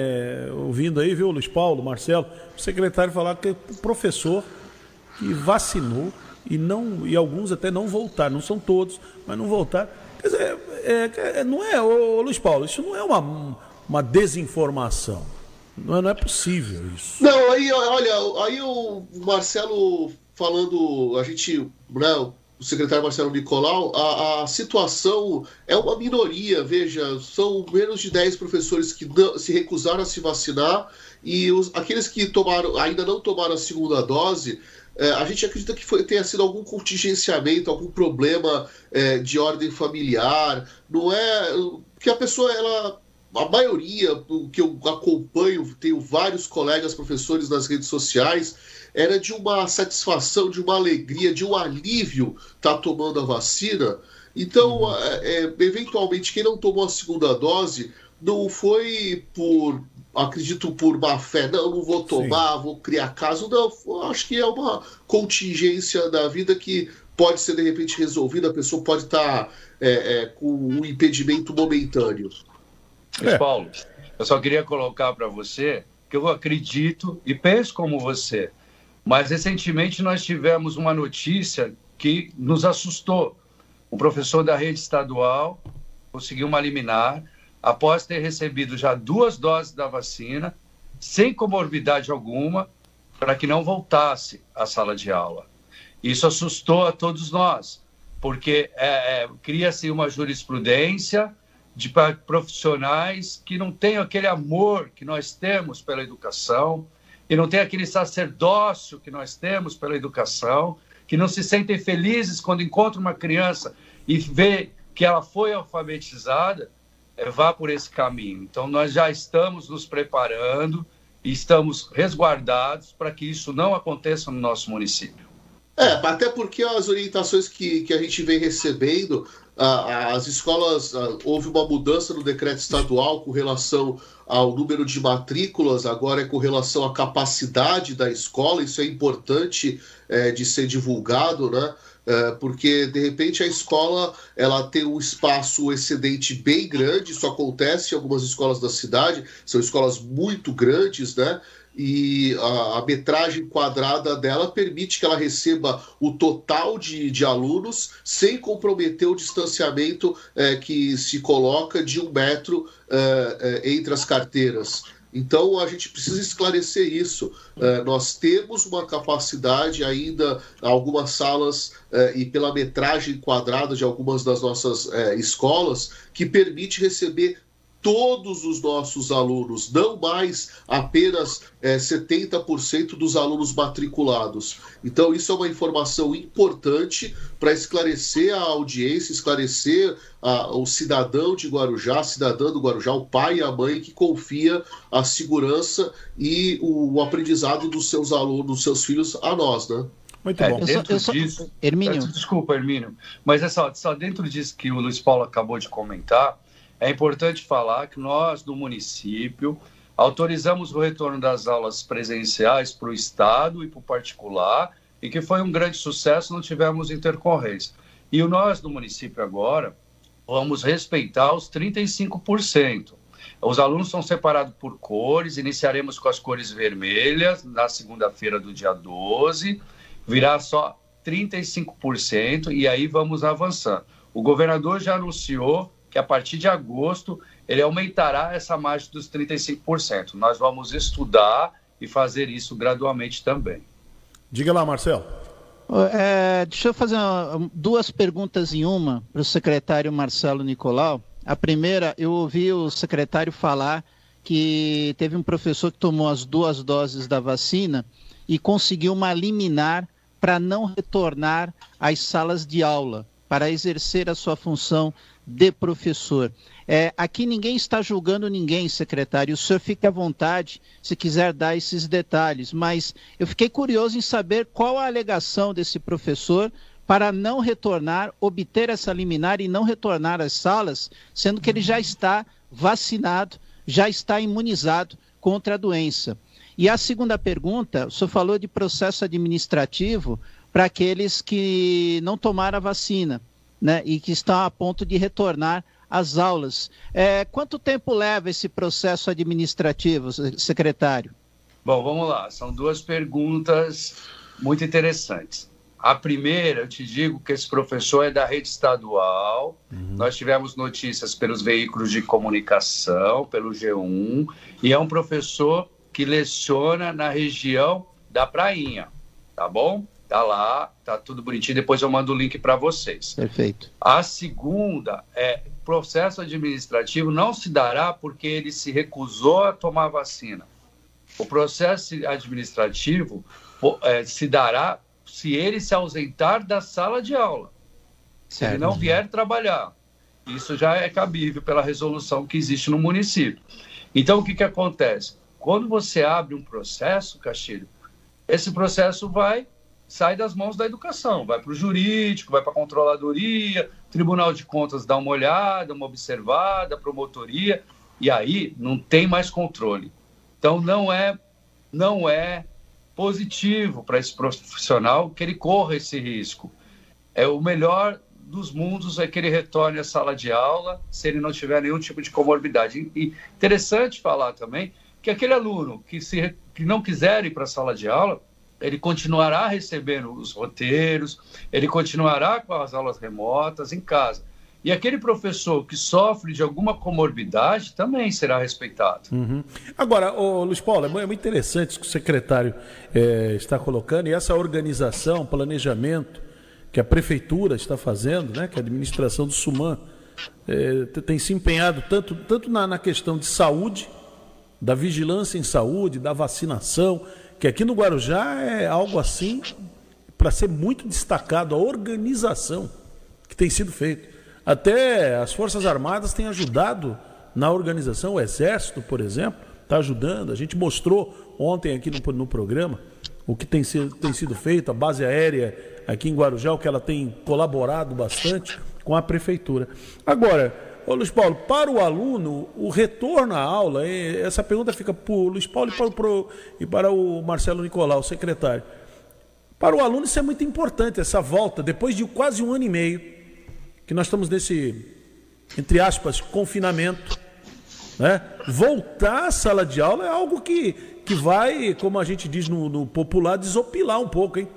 é, ouvindo aí, viu, Luiz Paulo, Marcelo, o secretário falar que o professor que vacinou e, não, e alguns até não voltaram, não são todos, mas não voltaram. Quer dizer, é, é, não é, ô, Luiz Paulo, isso não é uma, uma desinformação. Não é, não é possível isso. Não, aí, olha, aí o Marcelo falando, a gente, né, o secretário Marcelo Nicolau, a, a situação é uma minoria, veja, são menos de dez professores que não, se recusaram a se vacinar e os, aqueles que tomaram, ainda não tomaram a segunda dose, é, a gente acredita que foi, tenha sido algum contingenciamento, algum problema é, de ordem familiar, não é, que a pessoa, ela... A maioria, o que eu acompanho, tenho vários colegas professores nas redes sociais, era de uma satisfação, de uma alegria, de um alívio estar tá tomando a vacina. Então, uhum. é, eventualmente, quem não tomou a segunda dose não foi por, acredito, por má fé. Não, não vou tomar, Sim. vou criar caso. Não, acho que é uma contingência da vida que pode ser, de repente, resolvida. A pessoa pode estar tá, é, é, com um impedimento momentâneo. Luiz Paulo, eu só queria colocar para você que eu acredito e penso como você, mas recentemente nós tivemos uma notícia que nos assustou. Um professor da rede estadual conseguiu uma liminar após ter recebido já duas doses da vacina, sem comorbidade alguma, para que não voltasse à sala de aula. Isso assustou a todos nós, porque é, é, cria-se uma jurisprudência de profissionais que não têm aquele amor que nós temos pela educação e não tem aquele sacerdócio que nós temos pela educação, que não se sentem felizes quando encontram uma criança e vê que ela foi alfabetizada, é, vá por esse caminho. Então, nós já estamos nos preparando e estamos resguardados para que isso não aconteça no nosso município. É, até porque as orientações que, que a gente vem recebendo, ah, as escolas, ah, houve uma mudança no decreto estadual com relação ao número de matrículas, agora é com relação à capacidade da escola, isso é importante é, de ser divulgado, né? É, porque, de repente, a escola ela tem um espaço excedente bem grande, isso acontece em algumas escolas da cidade, são escolas muito grandes, né? E a, a metragem quadrada dela permite que ela receba o total de, de alunos sem comprometer o distanciamento é, que se coloca de um metro é, é, entre as carteiras. Então, a gente precisa esclarecer isso. É, nós temos uma capacidade ainda, algumas salas é, e pela metragem quadrada de algumas das nossas é, escolas, que permite receber todos os nossos alunos, não mais apenas é, setenta por cento dos alunos matriculados. Então, isso é uma informação importante para esclarecer a audiência, esclarecer a, o cidadão de Guarujá, a cidadã do Guarujá, o pai e a mãe que confia a segurança e o, o aprendizado dos seus alunos, dos seus filhos a nós, né? Muito é, bom. Dentro eu só, eu disso... só... Hermínio. Desculpa, Hermínio, mas é só, só dentro disso que o Luiz Paulo acabou de comentar, é importante falar que nós, do município, autorizamos o retorno das aulas presenciais para o Estado e para o particular, e que foi um grande sucesso, não tivemos intercorrência. E nós, do município, agora, vamos respeitar os trinta e cinco por cento. Os alunos são separados por cores, iniciaremos com as cores vermelhas, na segunda-feira do dia doze, virá só trinta e cinco por cento, e aí vamos avançando. O governador já anunciou que a partir de agosto ele aumentará essa margem dos trinta e cinco por cento. Nós vamos estudar e fazer isso gradualmente também. Diga lá, Marcelo. É, deixa eu fazer uma, duas perguntas em uma para o secretário Marcelo Nicolau. A primeira, eu ouvi o secretário falar que teve um professor que tomou as duas doses da vacina e conseguiu uma liminar para não retornar às salas de aula, para exercer a sua função de professor. É, aqui ninguém está julgando ninguém, secretário. O senhor fique à vontade se quiser dar esses detalhes. Mas eu fiquei curioso em saber qual a alegação desse professor para não retornar, obter essa liminar e não retornar às salas, sendo que ele já está vacinado, já está imunizado contra a doença. E a segunda pergunta, o senhor falou de processo administrativo para aqueles que não tomaram a vacina, né, e que estão a ponto de retornar às aulas. É, quanto tempo leva esse processo administrativo, secretário? Bom, vamos lá. São duas perguntas muito interessantes. A primeira, eu te digo que esse professor é da rede estadual. Uhum. Nós tivemos notícias pelos veículos de comunicação, pelo G um, e é um professor que leciona na região da Prainha, tá bom? Tá lá, tá tudo bonitinho, depois eu mando o link para vocês. Perfeito. A segunda é, processo administrativo não se dará porque ele se recusou a tomar vacina. O processo administrativo é, se dará se ele se ausentar da sala de aula, se certo. Ele não vier trabalhar. Isso já é cabível pela resolução que existe no município. Então, o que, que acontece? Quando você abre um processo, Castilho, esse processo vai, sai das mãos da educação, vai para o jurídico, vai para a controladoria, Tribunal de Contas dá uma olhada, uma observada, promotoria, e aí não tem mais controle. Então, não é, não é positivo para esse profissional que ele corra esse risco. É o melhor dos mundos é que ele retorne à sala de aula se ele não tiver nenhum tipo de comorbidade. E interessante falar também que aquele aluno que, se, que não quiser ir para a sala de aula, ele continuará recebendo os roteiros, ele continuará com as aulas remotas em casa. E aquele professor que sofre de alguma comorbidade também será respeitado. Uhum. Agora, ô, Luiz Paulo, é muito interessante isso que o secretário é, está colocando, e essa organização, planejamento que a prefeitura está fazendo, né, que a administração do SUMAN é, tem se empenhado tanto, tanto na, na questão de saúde, da vigilância em saúde, da vacinação, que aqui no Guarujá é algo assim para ser muito destacado, a organização que tem sido feita. Até as Forças Armadas têm ajudado na organização, o Exército, por exemplo, está ajudando. A gente mostrou ontem aqui no, no programa o que tem sido, tem sido feito, a base aérea aqui em Guarujá, o que ela tem colaborado bastante com a prefeitura. Agora, ô Luiz Paulo, para o aluno, o retorno à aula, essa pergunta fica para o Luiz Paulo e para, o, e para o Marcelo Nicolau, o secretário. Para o aluno isso é muito importante, essa volta, depois de quase um ano e meio, que nós estamos nesse, entre aspas, confinamento, né? Voltar à sala de aula é algo que, que vai, como a gente diz no, no popular, desopilar um pouco, hein?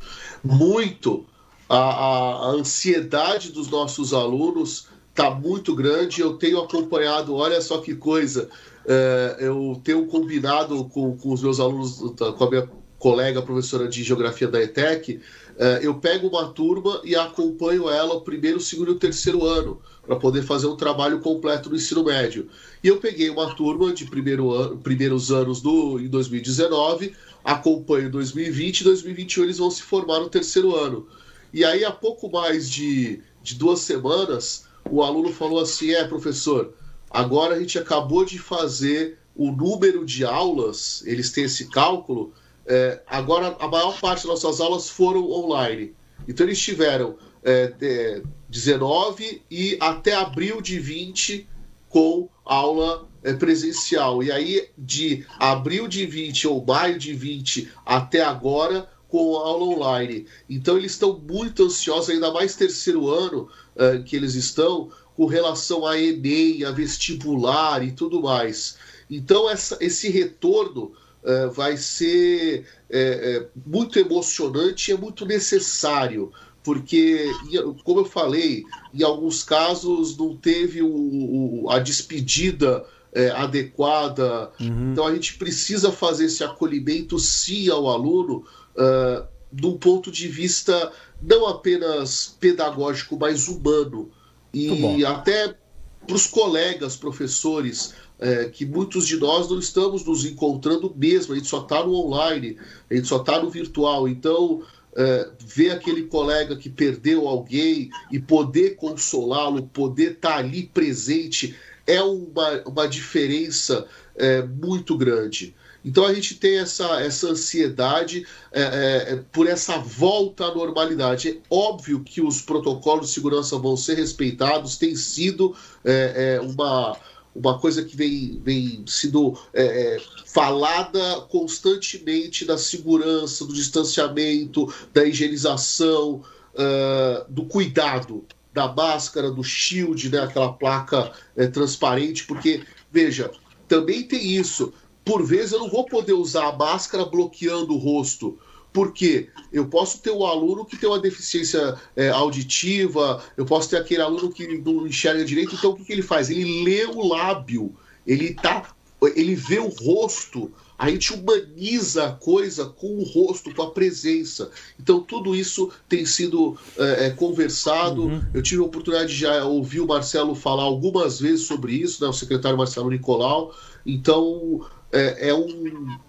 Muito. A, a, a ansiedade dos nossos alunos está muito grande. Eu tenho acompanhado, olha só que coisa, é, eu tenho combinado com, com os meus alunos, com a minha colega professora de Geografia da ETEC, eu pego uma turma e acompanho ela o primeiro, o segundo e o terceiro ano, para poder fazer um trabalho completo no ensino médio. E eu peguei uma turma de primeiro ano, primeiros anos do, em dois mil e dezenove, acompanho dois mil e vinte, e dois mil e vinte e um eles vão se formar no terceiro ano. E aí, há pouco mais de, de duas semanas, o aluno falou assim, é, professor, agora a gente acabou de fazer o número de aulas, eles têm esse cálculo, É, agora, a maior parte das nossas aulas foram online. Então, eles tiveram é, é, dezenove e até abril de vinte com aula é, presencial. E aí, de abril de vinte ou maio de vinte até agora, com aula online. Então, eles estão muito ansiosos, ainda mais terceiro ano é, que eles estão, com relação a Enem, a vestibular e tudo mais. Então, essa, esse retorno Uh, vai ser é, é, muito emocionante e é muito necessário, porque, como eu falei, em alguns casos não teve o, o, a despedida é, adequada, uhum. Então a gente precisa fazer esse acolhimento sim ao aluno, uh, de um ponto de vista não apenas pedagógico, mas humano, e até para os colegas, professores, É, que muitos de nós não estamos nos encontrando mesmo, a gente só está no online, a gente só está no virtual. Então, é, ver aquele colega que perdeu alguém e poder consolá-lo, poder estar ali presente, é uma, uma diferença é, muito grande. Então a gente tem essa, essa ansiedade é, é, por essa volta à normalidade. É óbvio que os protocolos de segurança vão ser respeitados, tem sido é, é, uma, uma coisa que vem, vem sendo é, falada constantemente da segurança, do distanciamento, da higienização, uh, do cuidado, da máscara, do shield, né, aquela placa é, transparente, porque, veja, também tem isso. Por vezes eu não vou poder usar a máscara bloqueando o rosto, porque eu posso ter um aluno que tem uma deficiência é, auditiva, eu posso ter aquele aluno que não enxerga direito, então o que, que ele faz? Ele lê o lábio, ele, tá, ele vê o rosto, a gente humaniza a coisa com o rosto, com a presença. Então tudo isso tem sido é, é, conversado. Uhum. Eu tive a oportunidade de já ouvir o Marcelo falar algumas vezes sobre isso, né, o secretário Marcelo Nicolau. Então é, é um,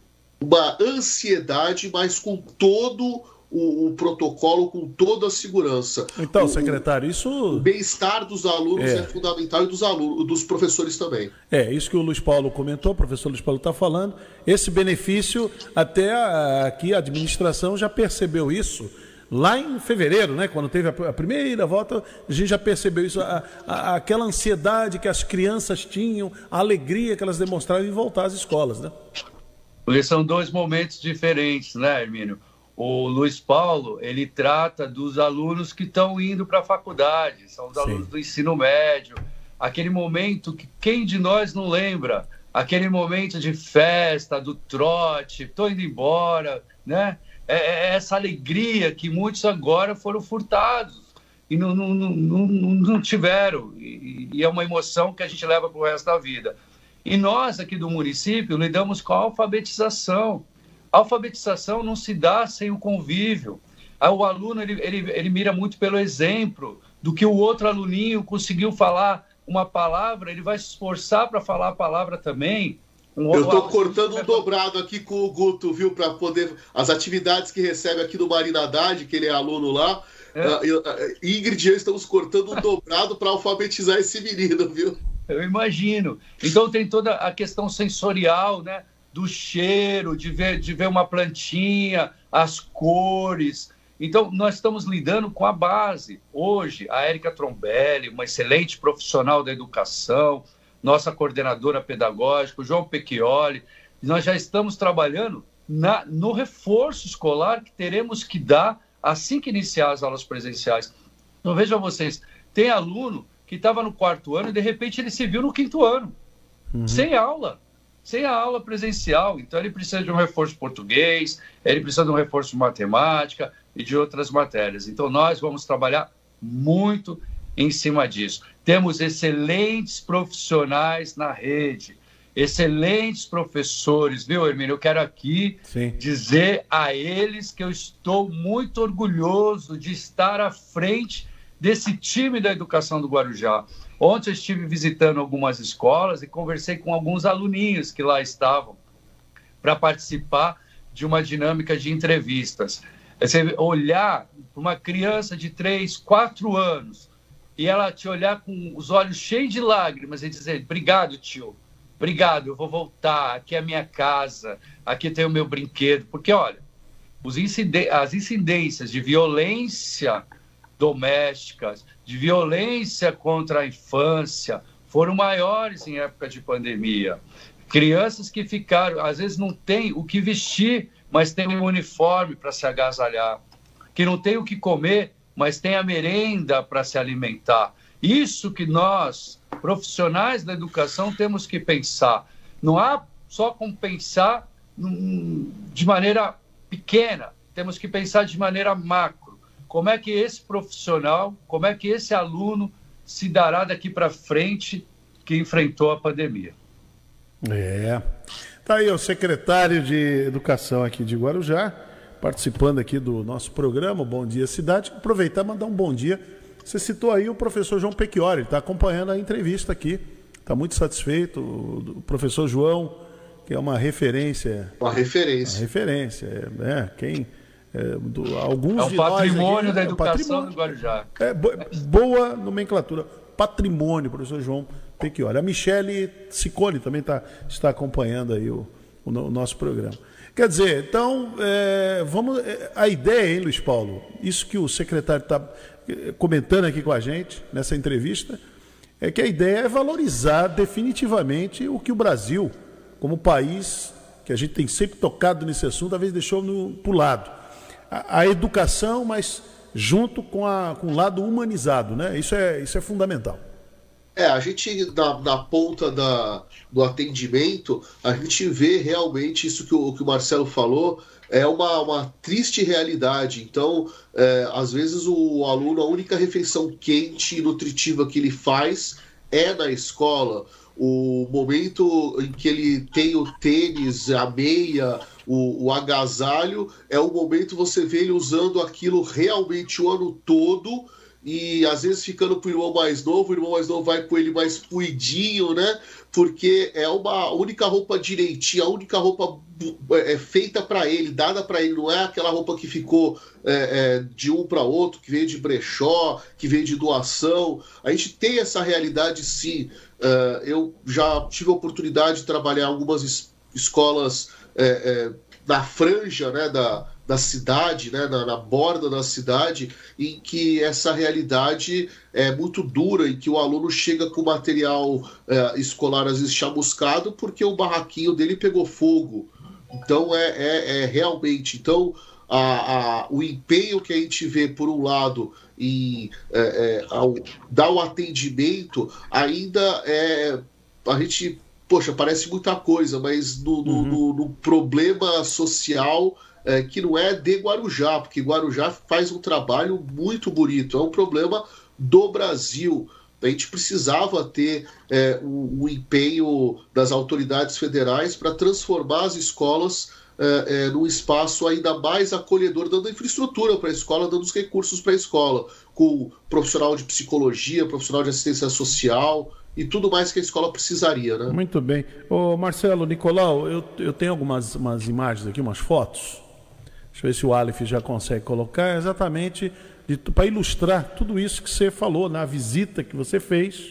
uma ansiedade, mas com todo o, o protocolo, com toda a segurança. Então, o, secretário, isso... O bem-estar dos alunos é. é fundamental e dos alunos, dos professores também. É, isso que o Luiz Paulo comentou, o professor Luiz Paulo está falando. Esse benefício, até a, aqui a administração já percebeu isso. Lá em fevereiro, né, quando teve a primeira volta, a gente já percebeu isso, a, a, aquela ansiedade que as crianças tinham, a alegria que elas demonstravam em voltar às escolas, né? Porque são dois momentos diferentes, né, Hermínio? O Luiz Paulo, ele trata dos alunos que estão indo para a faculdade, são os Sim. alunos do ensino médio, aquele momento que quem de nós não lembra, aquele momento de festa, do trote, estou indo embora, né? É essa alegria que muitos agora foram furtados e não, não, não, não, não tiveram. E, e é uma emoção que a gente leva para o resto da vida. E nós, aqui do município, lidamos com a alfabetização. A alfabetização não se dá sem o convívio. O aluno ele, ele, ele mira muito pelo exemplo do que o outro aluninho conseguiu falar uma palavra, ele vai se esforçar para falar a palavra também. Um Eu estou cortando um dobrado aqui com o Guto, viu, para poder... As atividades que recebe aqui do Marina Haddad, que ele é aluno lá, é. uh, uh, Ingrid e eu estamos cortando um dobrado para alfabetizar esse menino, viu? Eu imagino. Então tem toda a questão sensorial, né? Do cheiro, de ver, de ver uma plantinha, as cores. Então nós estamos lidando com a base. Hoje, a Érica Trombelli, uma excelente profissional da educação, nossa coordenadora pedagógica, o João Pecchioli, nós já estamos trabalhando na, no reforço escolar que teremos que dar assim que iniciar as aulas presenciais. Então, vejam vocês, tem aluno que estava no quarto ano e, de repente, ele se viu no quinto ano, uhum. sem aula, sem a aula presencial. Então, ele precisa de um reforço de português, ele precisa de um reforço de matemática e de outras matérias. Então, nós vamos trabalhar muito em cima disso. Temos excelentes profissionais na rede, excelentes professores, viu, Hermínio? Eu quero aqui Sim. dizer a eles que eu estou muito orgulhoso de estar à frente desse time da educação do Guarujá. Ontem eu estive visitando algumas escolas e conversei com alguns aluninhos que lá estavam para participar de uma dinâmica de entrevistas. Você olhar para uma criança de três, quatro anos e ela te olhar com os olhos cheios de lágrimas e dizer, obrigado, tio, obrigado, eu vou voltar, aqui é a minha casa, aqui tem o meu brinquedo. Porque, olha, os inciden- as incidências de violência domésticas, de violência contra a infância, foram maiores em época de pandemia. Crianças que ficaram, às vezes não têm o que vestir, mas tem um uniforme para se agasalhar, que não tem o que comer, mas tem a merenda para se alimentar. Isso que nós, profissionais da educação, temos que pensar. Não há só como pensar de maneira pequena, temos que pensar de maneira macro. Como é que esse profissional, como é que esse aluno se dará daqui para frente que enfrentou a pandemia? É. Tá aí o secretário de Educação aqui de Guarujá, participando aqui do nosso programa, Bom Dia Cidade. Aproveitar e mandar um bom dia. Você citou aí o professor João Pecchioli, ele está acompanhando a entrevista aqui, está muito satisfeito. O professor João, que é uma referência. Uma referência. Uma referência, é, né? Quem É, do, alguns é um de patrimônio nós aqui, da é, educação do Guarujá. É, bo, boa nomenclatura. Patrimônio, professor João Pecchioli. A Michele Ciccone também tá, está acompanhando aí o, o, o nosso programa. Quer dizer, então, é, vamos, é, a ideia, hein, Luiz Paulo, isso que o secretário está comentando aqui com a gente, nessa entrevista, é que a ideia é valorizar definitivamente o que o Brasil, como país, que a gente tem sempre tocado nesse assunto, às vezes deixou para o lado. A, a educação, mas junto com, a, com o lado humanizado, né? Isso é, isso é fundamental. É, a gente, na, na ponta da, do atendimento, a gente vê realmente isso que o, que o Marcelo falou, é uma, uma triste realidade. Então, é, às vezes o aluno, a única refeição quente e nutritiva que ele faz é na escola. O momento em que ele tem o tênis, a meia, o, o agasalho, é o momento que você vê ele usando aquilo realmente o ano todo, e às vezes ficando pro irmão mais novo, o irmão mais novo vai com ele mais puidinho, né? Porque é uma única roupa direitinha, a única roupa é feita para ele, dada para ele, não é aquela roupa que ficou é, é, de um para outro, que veio de brechó, que veio de doação. A gente tem essa realidade, sim. Uh, eu já tive a oportunidade de trabalhar em algumas es escolas é, é, na franja, né, da, da cidade, né, na, na borda da cidade, em que essa realidade é muito dura, em que o aluno chega com material é, escolar às vezes chamuscado porque o barraquinho dele pegou fogo. Então é, é, é realmente... Então, A, a, o empenho que a gente vê, por um lado, em é, é, ao, dar o atendimento, ainda é. A gente, poxa, parece muita coisa, mas no, no, uhum. no, no problema social é, que não é de Guarujá, porque Guarujá faz um trabalho muito bonito, é um problema do Brasil. A gente precisava ter é, um, um empenho das autoridades federais para transformar as escolas É, é, num espaço ainda mais acolhedor, dando infraestrutura para a escola, dando os recursos para a escola, com profissional de psicologia, profissional de assistência social e tudo mais que a escola precisaria, né? Muito bem. Ô Marcelo, Nicolau, eu, eu tenho algumas umas imagens aqui, umas fotos. Deixa eu ver se o Aleph já consegue colocar, exatamente para ilustrar tudo isso que você falou na visita que você fez,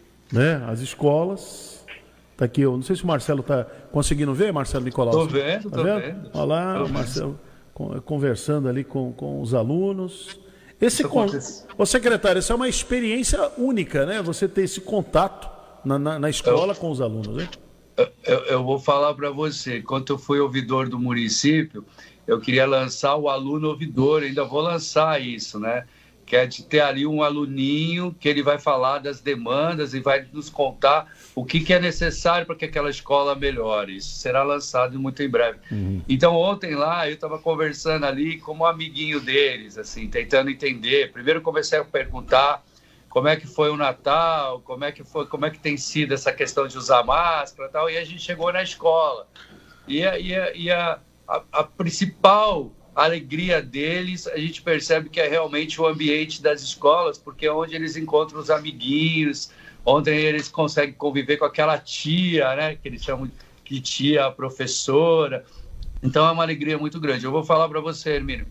né, às escolas. Tá aqui, eu não sei se o Marcelo está conseguindo ver, Marcelo Nicolau. Estou vendo, estou tá vendo. vendo. Olha lá, tô o Marcelo vendo. conversando ali com, com os alunos. Esse Isso con... Ô, secretário, essa é uma experiência única, né? Você ter esse contato na, na, na escola eu, com os alunos, né? Eu, eu vou falar para você, enquanto eu fui ouvidor do município, eu queria lançar o aluno ouvidor, ainda vou lançar isso, né? Que é de ter ali um aluninho que ele vai falar das demandas e vai nos contar o que, que é necessário para que aquela escola melhore. Isso será lançado muito em breve. Uhum. Então, ontem lá, eu estava conversando ali como amiguinho deles, assim, tentando entender. Primeiro comecei a perguntar como é que foi o Natal, como é que, foi, como é que tem sido essa questão de usar máscara e tal, e a gente chegou na escola. E a, e a, e a, a, a principal... A alegria deles, a gente percebe que é realmente o ambiente das escolas, porque é onde eles encontram os amiguinhos, onde eles conseguem conviver com aquela tia, né, que eles chamam de tia, a professora. Então é uma alegria muito grande. Eu vou falar para você, Hermínio,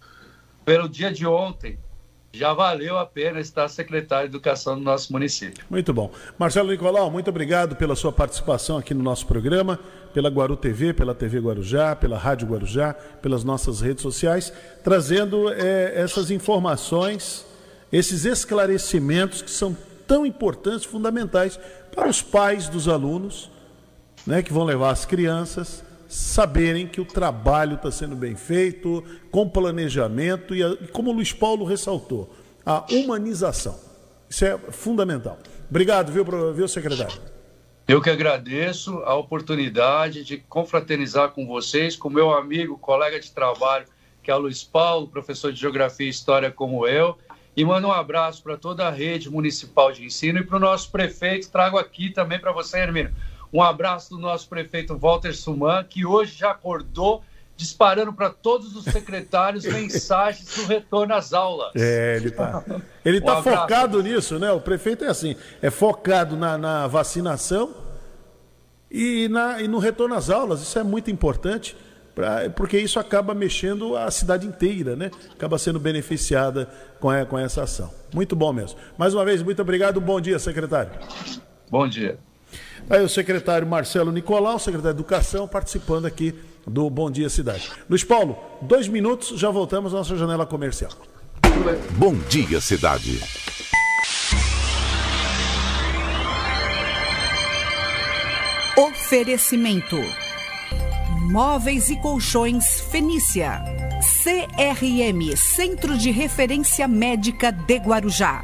pelo dia de ontem, já valeu a pena estar secretário de Educação do nosso município. Muito bom. Marcelo Nicolau, muito obrigado pela sua participação aqui no nosso programa, pela Guaru T V, pela T V Guarujá, pela Rádio Guarujá, pelas nossas redes sociais, trazendo é, essas informações, esses esclarecimentos que são tão importantes, fundamentais para os pais dos alunos, né, que vão levar as crianças, saberem que o trabalho está sendo bem feito, com planejamento e, a, como o Luiz Paulo ressaltou, a humanização. Isso é fundamental. Obrigado, viu, viu secretário? Eu que agradeço a oportunidade de confraternizar com vocês, com meu amigo, colega de trabalho, que é o Luiz Paulo, professor de Geografia e História como eu, e mando um abraço para toda a rede municipal de ensino e para o nosso prefeito. Trago aqui também para você, Hermínio, um abraço do nosso prefeito Walter Suman, que hoje já acordou disparando para todos os secretários mensagens do retorno às aulas. É, ele está ele tá um focado nisso, né? O prefeito é assim, é focado na, na vacinação e, na, e no retorno às aulas. Isso é muito importante pra, porque isso acaba mexendo a cidade inteira, né? Acaba sendo beneficiada com, a, com essa ação. Muito bom mesmo. Mais uma vez, muito obrigado. Bom dia, secretário. Bom dia. Aí o secretário Marcelo Nicolau, secretário de Educação, participando aqui do Bom Dia Cidade. Luiz Paulo, dois minutos, já voltamos à nossa janela comercial. Bom Dia Cidade. Oferecimento: Móveis e Colchões Fenícia. C R M, Centro de Referência Médica de Guarujá.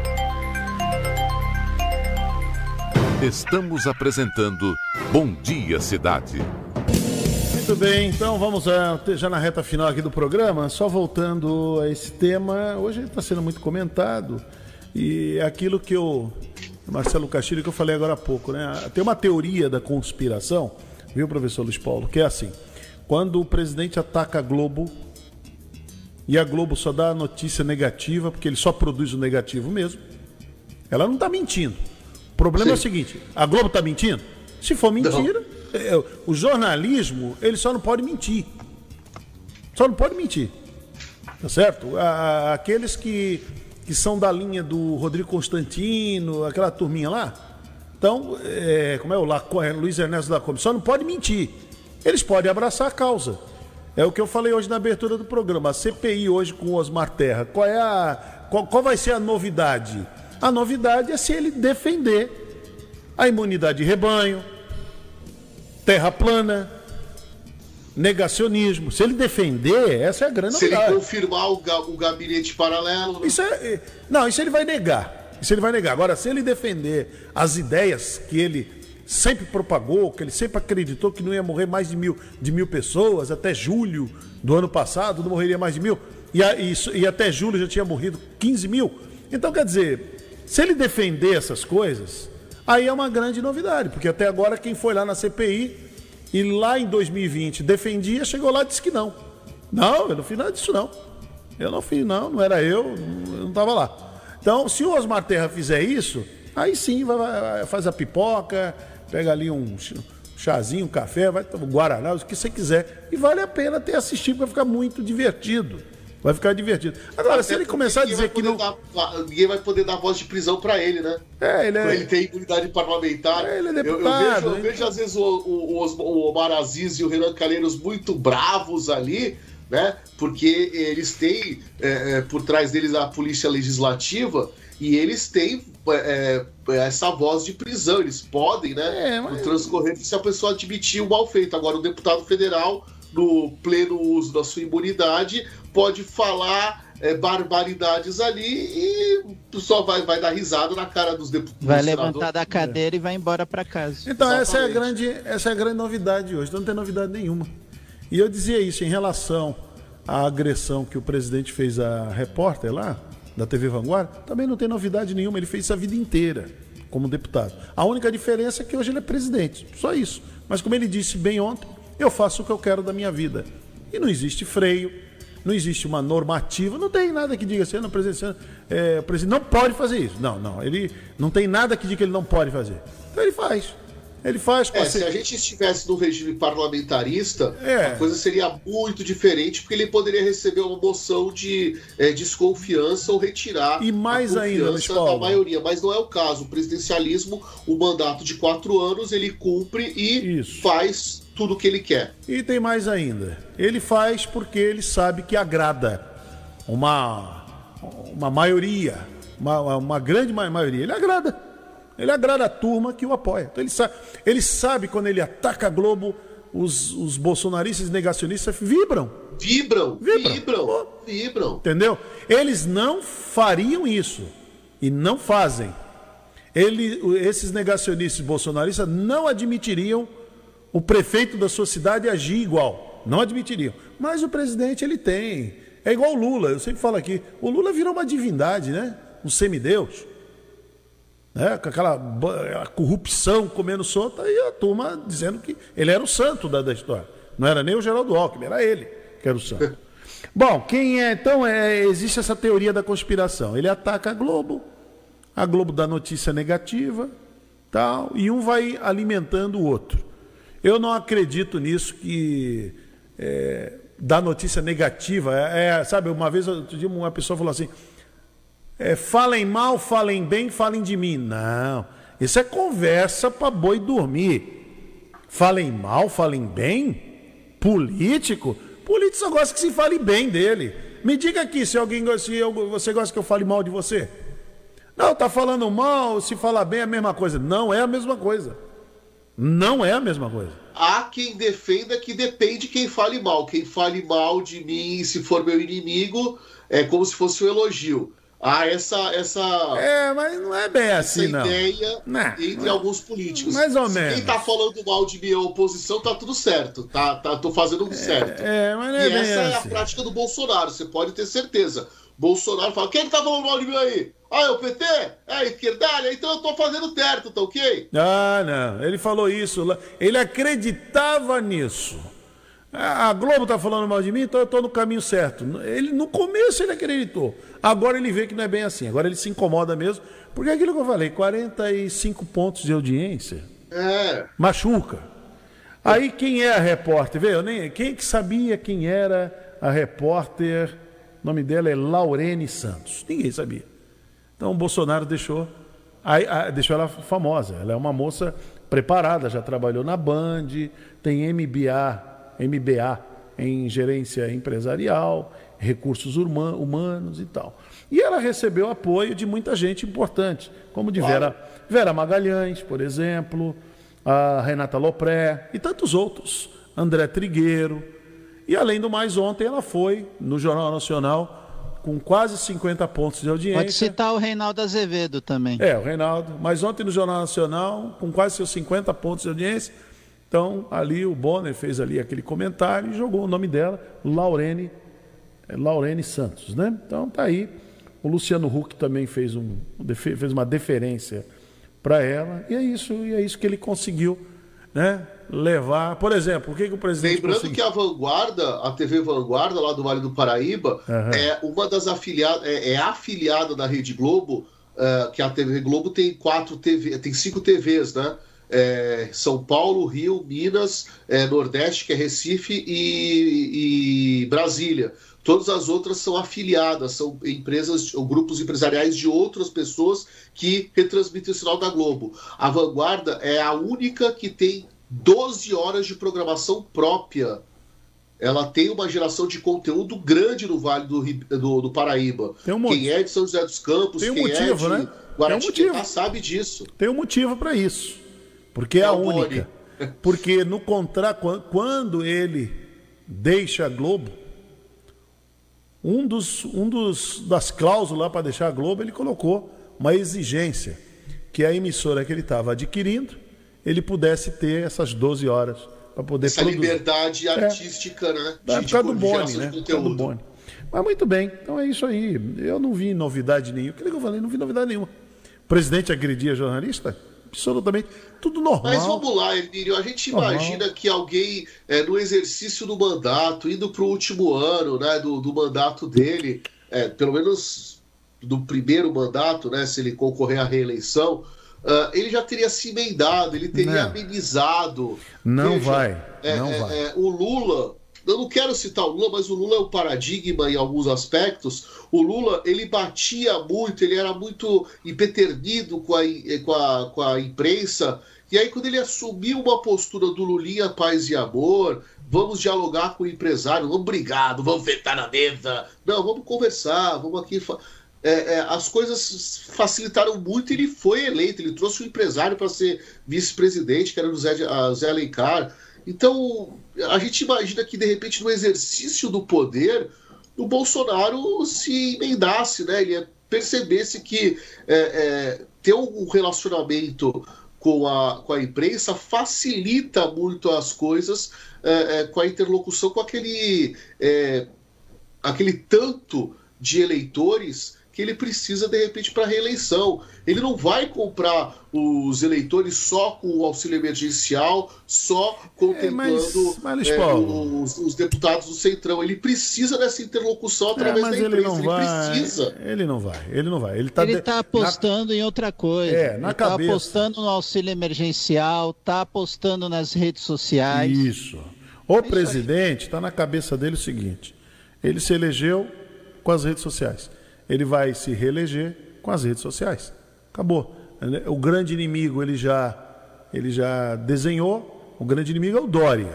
Estamos apresentando Bom Dia Cidade. Muito bem, então vamos a, já na reta final aqui do programa, só voltando a esse tema, hoje está sendo muito comentado, e é aquilo que eu, Marcelo Castilho, que eu falei agora há pouco, né? Tem uma teoria da conspiração, viu, professor Luiz Paulo, que é assim: quando o presidente ataca a Globo e a Globo só dá a notícia negativa, porque ele só produz o negativo mesmo, ela não está mentindo. O problema Sim. é o seguinte: a Globo está mentindo? Se for mentira, não. o jornalismo, ele só não pode mentir. Só não pode mentir. Tá certo? Aqueles que, que são da linha do Rodrigo Constantino, aquela turminha lá, então, é, como é o La, Luiz Ernesto da Kombi, só não pode mentir. Eles podem abraçar a causa. É o que eu falei hoje na abertura do programa. A C P I hoje com o Osmar Terra, qual, é a, qual, qual vai ser a novidade? A novidade é se ele defender a imunidade de rebanho, terra plana, negacionismo. Se ele defender, essa é a grande novidade. Se ele confirmar o, ga, o gabinete paralelo... Né? Isso é, não, isso ele vai negar. Isso ele vai negar. Agora, se ele defender as ideias que ele sempre propagou, que ele sempre acreditou que não ia morrer mais de mil, de mil pessoas, até julho do ano passado não morreria mais de mil, e, a, e, e até julho já tinha morrido quinze mil. Então, quer dizer, se ele defender essas coisas, aí é uma grande novidade, porque até agora quem foi lá na C P I e lá em dois mil e vinte defendia, chegou lá e disse que não. Não, eu não fiz nada disso não. Eu não fiz não, não era eu, eu não estava lá. Então, se o Osmar Terra fizer isso, aí sim, vai, vai, faz a pipoca, pega ali um chazinho, um café, vai tomar um guaraná, o que você quiser. E vale a pena ter assistido, porque vai ficar muito divertido. Vai ficar divertido. Agora, Até se ele começar a dizer que não... Dar, ninguém vai poder dar voz de prisão para ele, né? É, ele é... Ele tem imunidade parlamentar. É, ele é deputado. Eu, eu, vejo, eu vejo, às vezes, o, o, o Omar Aziz e o Renan Calheiros muito bravos ali, né? Porque eles têm, é, por trás deles, a polícia legislativa, e eles têm é, essa voz de prisão. Eles podem, né? É, mas... no transcorrer, se a pessoa admitir o mal feito. Agora, o deputado federal, no pleno uso da sua imunidade, pode falar é, barbaridades ali e só vai, vai dar risada na cara dos deputados. Vai levantar da cadeira é. e vai embora para casa. Então, essa é, a grande, essa é a grande novidade hoje. Então, não tem novidade nenhuma. E eu dizia isso em relação à agressão que o presidente fez à repórter lá, da T V Vanguarda, também não tem novidade nenhuma. Ele fez isso a vida inteira como deputado. A única diferença é que hoje ele é presidente. Só isso. Mas como ele disse bem ontem, eu faço o que eu quero da minha vida. E não existe freio, não existe uma normativa, não tem nada que diga assim, não, presidente, é, o presidente não pode fazer isso. Não, não, ele não tem nada que diga que ele não pode fazer. Então ele faz. Ele faz com é, a... Se a gente estivesse no regime parlamentarista, é. a coisa seria muito diferente, porque ele poderia receber uma moção de é, desconfiança ou retirar e mais a ainda, confiança da maioria. Mas não é o caso. O presidencialismo, o mandato de quatro anos, ele cumpre e Isso. faz tudo o que ele quer. E tem mais ainda. Ele faz porque ele sabe que agrada uma, uma maioria, uma, uma grande maioria. Ele agrada. Ele agrada a turma que o apoia. Então ele sabe, ele sabe quando ele ataca a Globo, os, os bolsonaristas negacionistas vibram. Vibram, vibram, vibram, Pô, vibram. Entendeu? Eles não fariam isso. E não fazem. Ele, esses negacionistas bolsonaristas não admitiriam o prefeito da sua cidade agir igual. Não admitiriam. Mas o presidente, ele tem. É igual o Lula. Eu sempre falo aqui. O Lula virou uma divindade, né? Um semideus. É, com aquela corrupção comendo solta e a turma dizendo que ele era o santo da, da história. Não era nem o Geraldo Alckmin, era ele que era o santo. Bom, quem é? Então, é, existe essa teoria da conspiração. Ele ataca a Globo, a Globo dá notícia negativa, tal, e um vai alimentando o outro. Eu não acredito nisso que é, dar notícia negativa. É, é, sabe, uma vez uma pessoa falou assim, é, falem mal, falem bem, falem de mim. Não, isso é conversa para boi dormir. Falem mal, falem bem? Político? Político só gosta que se fale bem dele. Me diga aqui se alguém se eu, você gosta que eu fale mal de você. Não, tá falando mal, se falar bem é a mesma coisa. Não é a mesma coisa. Não é a mesma coisa. Há quem defenda que depende quem fale mal. Quem fale mal de mim, se for meu inimigo, é como se fosse um elogio. Há essa... essa é, mas não é bem assim, essa não. ideia não, entre não. alguns políticos. Mais ou se menos. Quem tá falando mal de mim, a oposição, tá tudo certo. Tá, tá, tô fazendo o certo. É, mas não é e bem essa assim. é a prática do Bolsonaro, você pode ter certeza. Bolsonaro fala, quem que tá falando mal de mim aí? Ah, é o P T? É a esquerdalha? Então eu tô fazendo certo, tá ok? Ah, não. Ele falou isso. Ele acreditava nisso. A Globo tá falando mal de mim, então eu tô no caminho certo. Ele, no começo ele acreditou. Agora ele vê que não é bem assim. Agora ele se incomoda mesmo. Porque é aquilo que eu falei, quarenta e cinco pontos de audiência. É. Machuca. Aí quem é a repórter? Vê, eu nem, quem que sabia quem era a repórter? O nome dela é Laurene Santos. Ninguém sabia. Então o Bolsonaro deixou, aí, a, deixou ela famosa. Ela é uma moça preparada, já trabalhou na Band, tem M B A, M B A em gerência empresarial, recursos humanos e tal. E ela recebeu apoio de muita gente importante, como de Vera, Vera Magalhães, por exemplo, a Renata Lopré e tantos outros, André Trigueiro. E além do mais, ontem ela foi no Jornal Nacional com quase cinquenta pontos de audiência. Pode citar o Reinaldo Azevedo também. É, o Reinaldo. Mas ontem no Jornal Nacional, com quase seus cinquenta pontos de audiência, então ali o Bonner fez ali aquele comentário e jogou o nome dela, Laurene, Laurene Santos, né? Então tá aí. O Luciano Huck também fez, um, fez uma deferência para ela, e é isso, e é isso que ele conseguiu, né? Levar, por exemplo, o que, que o presidente Lembrando conseguiu? que a Vanguarda, a T V Vanguarda, lá do Vale do Paraíba, uhum. é uma das afiliadas, é, é afiliada da Rede Globo, uh, que a T V Globo tem quatro T V, tem cinco T Vs, né? É, São Paulo, Rio, Minas, é, Nordeste, que é Recife, e, e Brasília. Todas as outras são afiliadas, são empresas ou grupos empresariais de outras pessoas que retransmitem o sinal da Globo. A Vanguarda é a única que tem doze horas de programação própria. Ela tem uma geração de conteúdo grande no Vale do, do, do Paraíba. Tem um quem é de São José dos Campos, tem um quem motivo, é de né? Guaratinguetá sabe disso. Tem um motivo para isso. Porque é, é a única. Boni. Porque no contrato, quando ele deixa a Globo, um dos, um dos das cláusulas para deixar a Globo, ele colocou uma exigência que a emissora que ele estava adquirindo, ele pudesse ter essas doze horas para poder Essa produzir. liberdade artística, é. né? De, por causa do Boni, né? Por causa do Boni. Mas muito bem, então é isso aí. Eu não vi novidade nenhuma. O que eu falei? Não vi novidade nenhuma. O presidente agredia jornalista? Absolutamente. Tudo normal. Mas vamos lá, Emílio. A gente normal. imagina que alguém, é, no exercício do mandato, indo para o último ano, né, do, do mandato dele, é, pelo menos do primeiro mandato, né, se ele concorrer à reeleição, uh, ele já teria se emendado, ele teria não. amenizado. Não Veja, vai. É, não é, vai. É, o Lula... Eu não quero citar o Lula, mas o Lula é um paradigma em alguns aspectos. O Lula, ele batia muito, ele era muito impeternido com a, com a, com a imprensa. E aí, quando ele assumiu uma postura do Lulinha, paz e amor, vamos dialogar com o empresário, vamos brigar, não vamos sentar na mesa. Não, vamos conversar, vamos aqui... É, é, as coisas facilitaram muito e ele foi eleito. Ele trouxe um empresário para ser vice-presidente, que era o Zé, a Zé Alencar. Então, a gente imagina que, de repente, no exercício do poder, o Bolsonaro se emendasse, né? Ele percebesse que é, é, ter um relacionamento com a, com a imprensa facilita muito as coisas é, é, com a interlocução com aquele, é, aquele tanto de eleitores que ele precisa, de repente, para a reeleição. Ele não vai comprar os eleitores só com o auxílio emergencial, só contemplando é, mas, mas, é, os, os deputados do Centrão. Ele precisa dessa interlocução através é, da imprensa. Ele, não ele vai, precisa. Ele não vai, ele não vai. Ele está de... tá apostando na... em outra coisa. É, na ele cabeça. Está apostando no auxílio emergencial, está apostando nas redes sociais. Isso. O presidente está na cabeça dele o seguinte: ele se elegeu com as redes sociais. Ele vai se reeleger com as redes sociais. Acabou. O grande inimigo ele já, ele já desenhou. O grande inimigo é o Dória.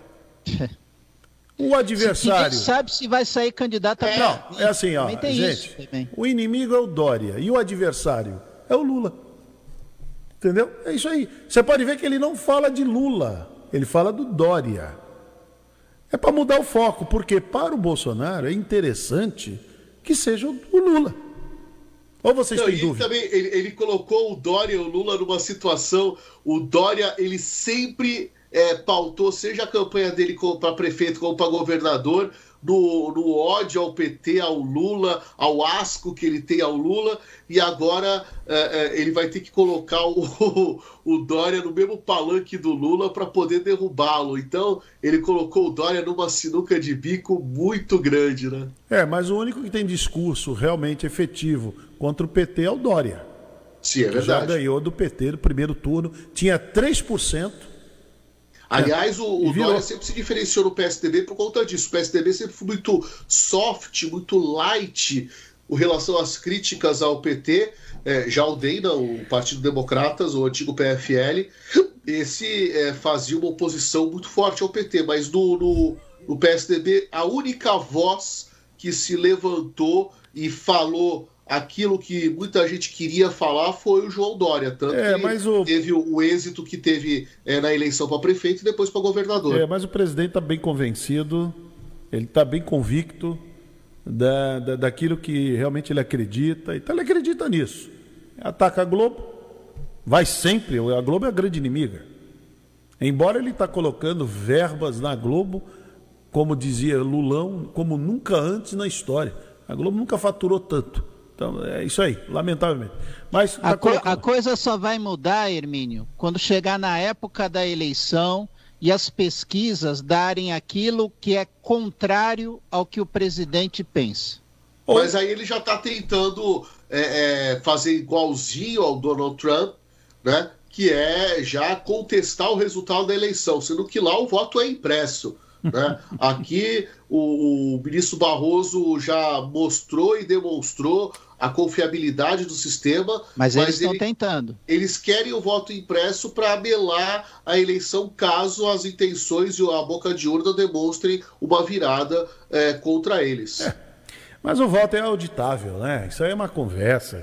O adversário... Ninguém sabe se vai sair candidato a... É, não, é assim, ó, gente, o inimigo é o Dória e o adversário é o Lula. Entendeu? É isso aí. Você pode ver que ele não fala de Lula, ele fala do Dória. É para mudar o foco, porque para o Bolsonaro é interessante que seja o Lula. Ou vocês não, têm ele dúvida? Também, ele, ele colocou o Dória e o Lula numa situação... O Dória, ele sempre é, pautou, seja a campanha dele para prefeito como para governador, no, no ódio ao P T, ao Lula, ao asco que ele tem ao Lula, e agora é, é, ele vai ter que colocar o, o Dória no mesmo palanque do Lula para poder derrubá-lo. Então, ele colocou o Dória numa sinuca de bico muito grande, né? É, mas o único que tem discurso realmente efetivo contra o P T é o Dória. Sim, é verdade. Já ganhou do P T no primeiro turno, tinha três por cento. Aliás, o, o virou. Dória sempre se diferenciou no P S D B por conta disso. O P S D B sempre foi muito soft, muito light com relação às críticas ao P T. É, já o D E M, o Partido Democratas, o antigo P F L, esse é, fazia uma oposição muito forte ao P T, mas no, no, no P S D B a única voz que se levantou e falou aquilo que muita gente queria falar foi o João Dória, tanto é, que mas o... teve o, o êxito que teve é, na eleição para prefeito e depois para governador. É, mas o presidente está bem convencido, ele está bem convicto da, da, daquilo que realmente ele acredita, então ele acredita nisso. Ataca a Globo, vai sempre, a Globo é a grande inimiga. Embora ele está colocando verbas na Globo, como dizia Lulão, como nunca antes na história. A Globo nunca faturou tanto. Então, é isso aí, lamentavelmente. Mas a, tá co colocando... a coisa só vai mudar, Hermínio, quando chegar na época da eleição e as pesquisas darem aquilo que é contrário ao que o presidente pensa. Mas aí ele já está tentando é, é, fazer igualzinho ao Donald Trump, né? Que é já contestar o resultado da eleição, sendo que lá o voto é impresso. Né? Aqui o, o ministro Barroso já mostrou e demonstrou a confiabilidade do sistema, mas, mas eles estão ele, tentando. Eles querem o voto impresso para abelar a eleição caso as intenções e a boca de urna demonstrem uma virada é, contra eles. É, mas o voto é auditável, né? Isso aí é uma conversa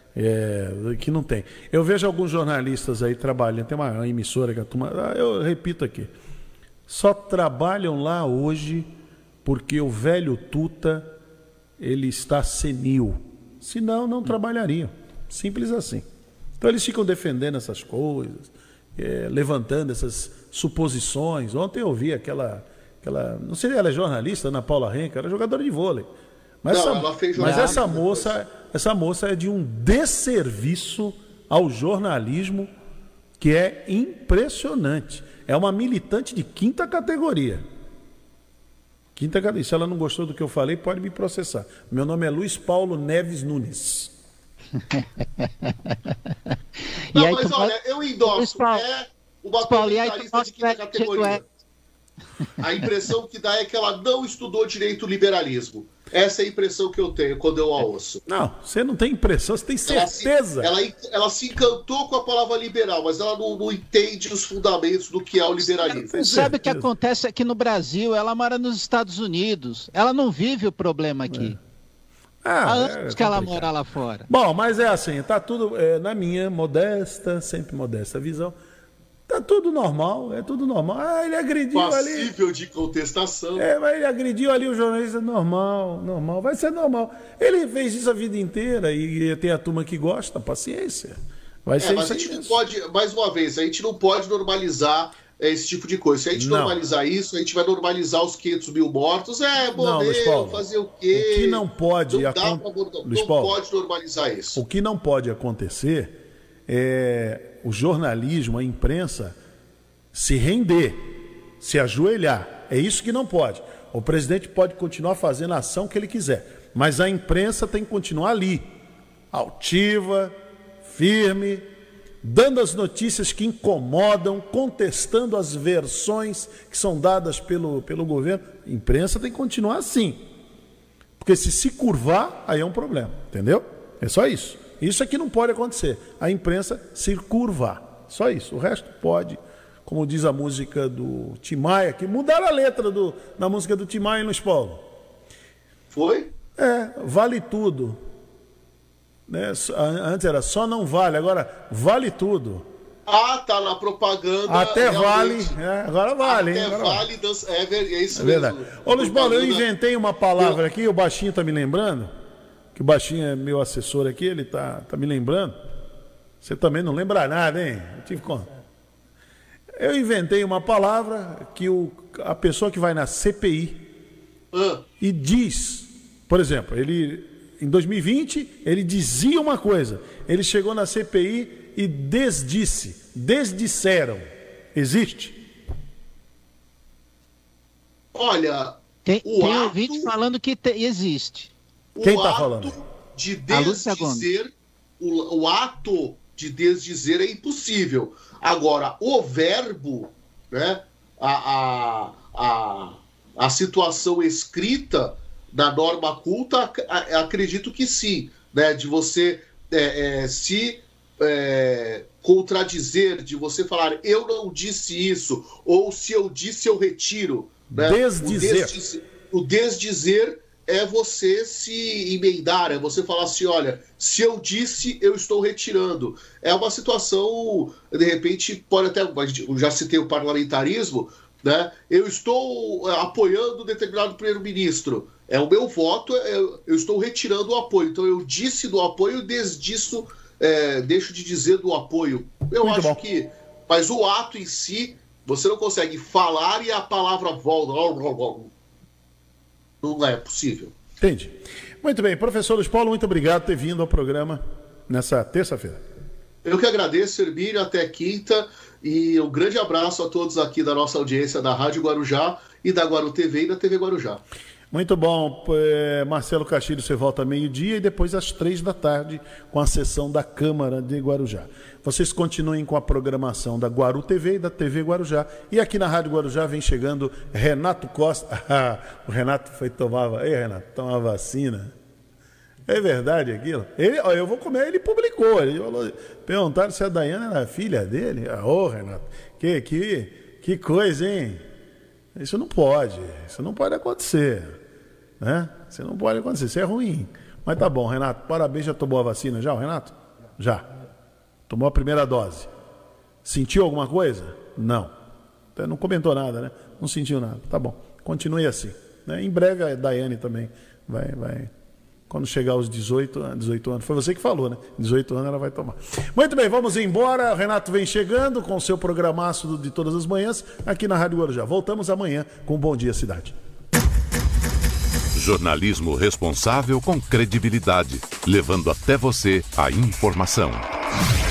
é, que não tem. Eu vejo alguns jornalistas aí trabalhando, tem uma emissora que a turma, eu repito aqui, só trabalham lá hoje porque o velho Tuta ele está senil. Senão, não trabalhariam. Simples assim. Então eles ficam defendendo essas coisas, é, levantando essas suposições. Ontem eu vi aquela, aquela... Não sei se ela é jornalista, Ana Paula Henke, era jogadora de vôlei. Mas, não, essa, ela fez mas essa, moça, essa moça é de um desserviço ao jornalismo que é impressionante. É uma militante de quinta categoria. Quinta categoria. Se ela não gostou do que eu falei, pode me processar. Meu nome é Luiz Paulo Neves Nunes. Não, aí, mas tu... olha, eu endosso. Paulo, é uma Paulo, comentarista de quinta categoria. A impressão que dá é que ela não estudou direito o liberalismo. Essa é a impressão que eu tenho quando eu a ouço. Não, você não tem impressão, você tem certeza. Ela se, ela, ela se encantou com a palavra liberal, mas ela não, não entende os fundamentos do que é o liberalismo. Você sabe o que acontece aqui no Brasil? Ela mora nos Estados Unidos. Ela não vive o problema aqui. É. Ah, Há anos é que ela mora lá fora. Bom, mas é assim, tá tudo, é, na minha modesta, sempre modesta visão, tá tudo normal, é tudo normal. Ah, ele agrediu Passível ali. Passível de contestação. É, mas ele agrediu ali o jornalista, normal, normal, vai ser normal. Ele fez isso a vida inteira e tem a turma que gosta, paciência. Vai é, ser mas isso a gente aí não pode, mais uma vez, a gente não pode normalizar esse tipo de coisa. Se a gente não. normalizar isso, a gente vai normalizar os quinhentos mil mortos. É, morreu, fazer o quê? O que não pode... Não, acon... pra, não, Luiz não Paulo, pode normalizar isso. O que não pode acontecer é o jornalismo, a imprensa, se render, se ajoelhar. É isso que não pode. O presidente pode continuar fazendo a ação que ele quiser, mas a imprensa tem que continuar ali, altiva, firme, dando as notícias que incomodam, contestando as versões que são dadas pelo, pelo governo. A imprensa tem que continuar assim. Porque se se curvar, aí é um problema, entendeu? É só isso. Isso aqui não pode acontecer. A imprensa se curvar. Só isso. O resto pode. Como diz a música do Tim Maia, que mudaram a letra do, na música do Tim Maia, Luiz Paulo. Foi? É, vale tudo. Né? Antes era só não vale, agora vale tudo. Ah, tá na propaganda. Até realmente. vale, é, agora vale. Até hein, agora vale, dança, é, é isso é mesmo. verdade. Ô Luiz Paulo, eu Propaganda- inventei uma palavra aqui, o Baixinho tá me lembrando, que o Baixinho é meu assessor aqui, ele tá, tá me lembrando. Você também não lembra nada, hein? Eu tive conta. Eu inventei uma palavra que o, a pessoa que vai na C P I Ah, e diz, por exemplo, ele em dois mil e vinte ele dizia uma coisa, ele chegou na C P I e desdisse, desdisseram. Existe? olha, Tem, o tem ato- ouvinte falando que te- existe. Quem o tá ato falando? de A Lúcia Gomes. desdizer, o, o ato de desdizer é impossível. Agora, o verbo, né, a, a, a, a situação escrita da norma culta, ac- a- acredito que sim, né, de você é, é, se é, contradizer, de você falar eu não disse isso, ou se eu disse eu retiro. Né? Desdizer. O desdizer, o desdizer é você se emendar, é você falar assim, olha, se eu disse, eu estou retirando. É uma situação, de repente, pode até, eu já citei o parlamentarismo, né? Eu estou apoiando determinado primeiro-ministro. É o meu voto, é, eu estou retirando o apoio. Então eu disse do apoio, desdisso, é, deixo de dizer do apoio. Eu Muito acho bom. que, mas o ato em si, você não consegue falar e a palavra volta. Não é possível. Entendi. Muito bem, professor Luiz Paulo, muito obrigado por ter vindo ao programa nessa terça-feira. Eu que agradeço, Hermínio, até quinta, e um grande abraço a todos aqui da nossa audiência da Rádio Guarujá e da Guaru T V e da T V Guarujá. Muito bom. É, Marcelo Castilho, você volta meio-dia e depois às três da tarde com a sessão da Câmara de Guarujá. Vocês continuem com a programação da Guaru T V e da T V Guarujá. E aqui na Rádio Guarujá vem chegando Renato Costa. Ah, o Renato foi tomar... Ei, Renato, tomar vacina. É verdade aquilo? Ele, ó, eu vou comer, ele publicou. Ele falou, perguntaram se a Daiana era filha dele. Ah, ô, Renato, que, que, que coisa, hein? Isso não pode. Isso não pode acontecer. Né? Isso não pode acontecer. Isso é ruim. Mas tá bom, Renato. Parabéns, já tomou a vacina já, o Renato? Já. Tomou a primeira dose. Sentiu alguma coisa? Não. Até não comentou nada, né? Não sentiu nada. Tá bom. Continue assim. Né? Em breve a Daiane também vai... vai... Quando chegar aos dezoito, dezoito anos. Foi você que falou, né? dezoito anos ela vai tomar. Muito bem, vamos embora. O Renato vem chegando com o seu programaço de todas as manhãs aqui na Rádio Guarujá. Voltamos amanhã com Bom Dia Cidade. Jornalismo responsável com credibilidade, levando até você a informação.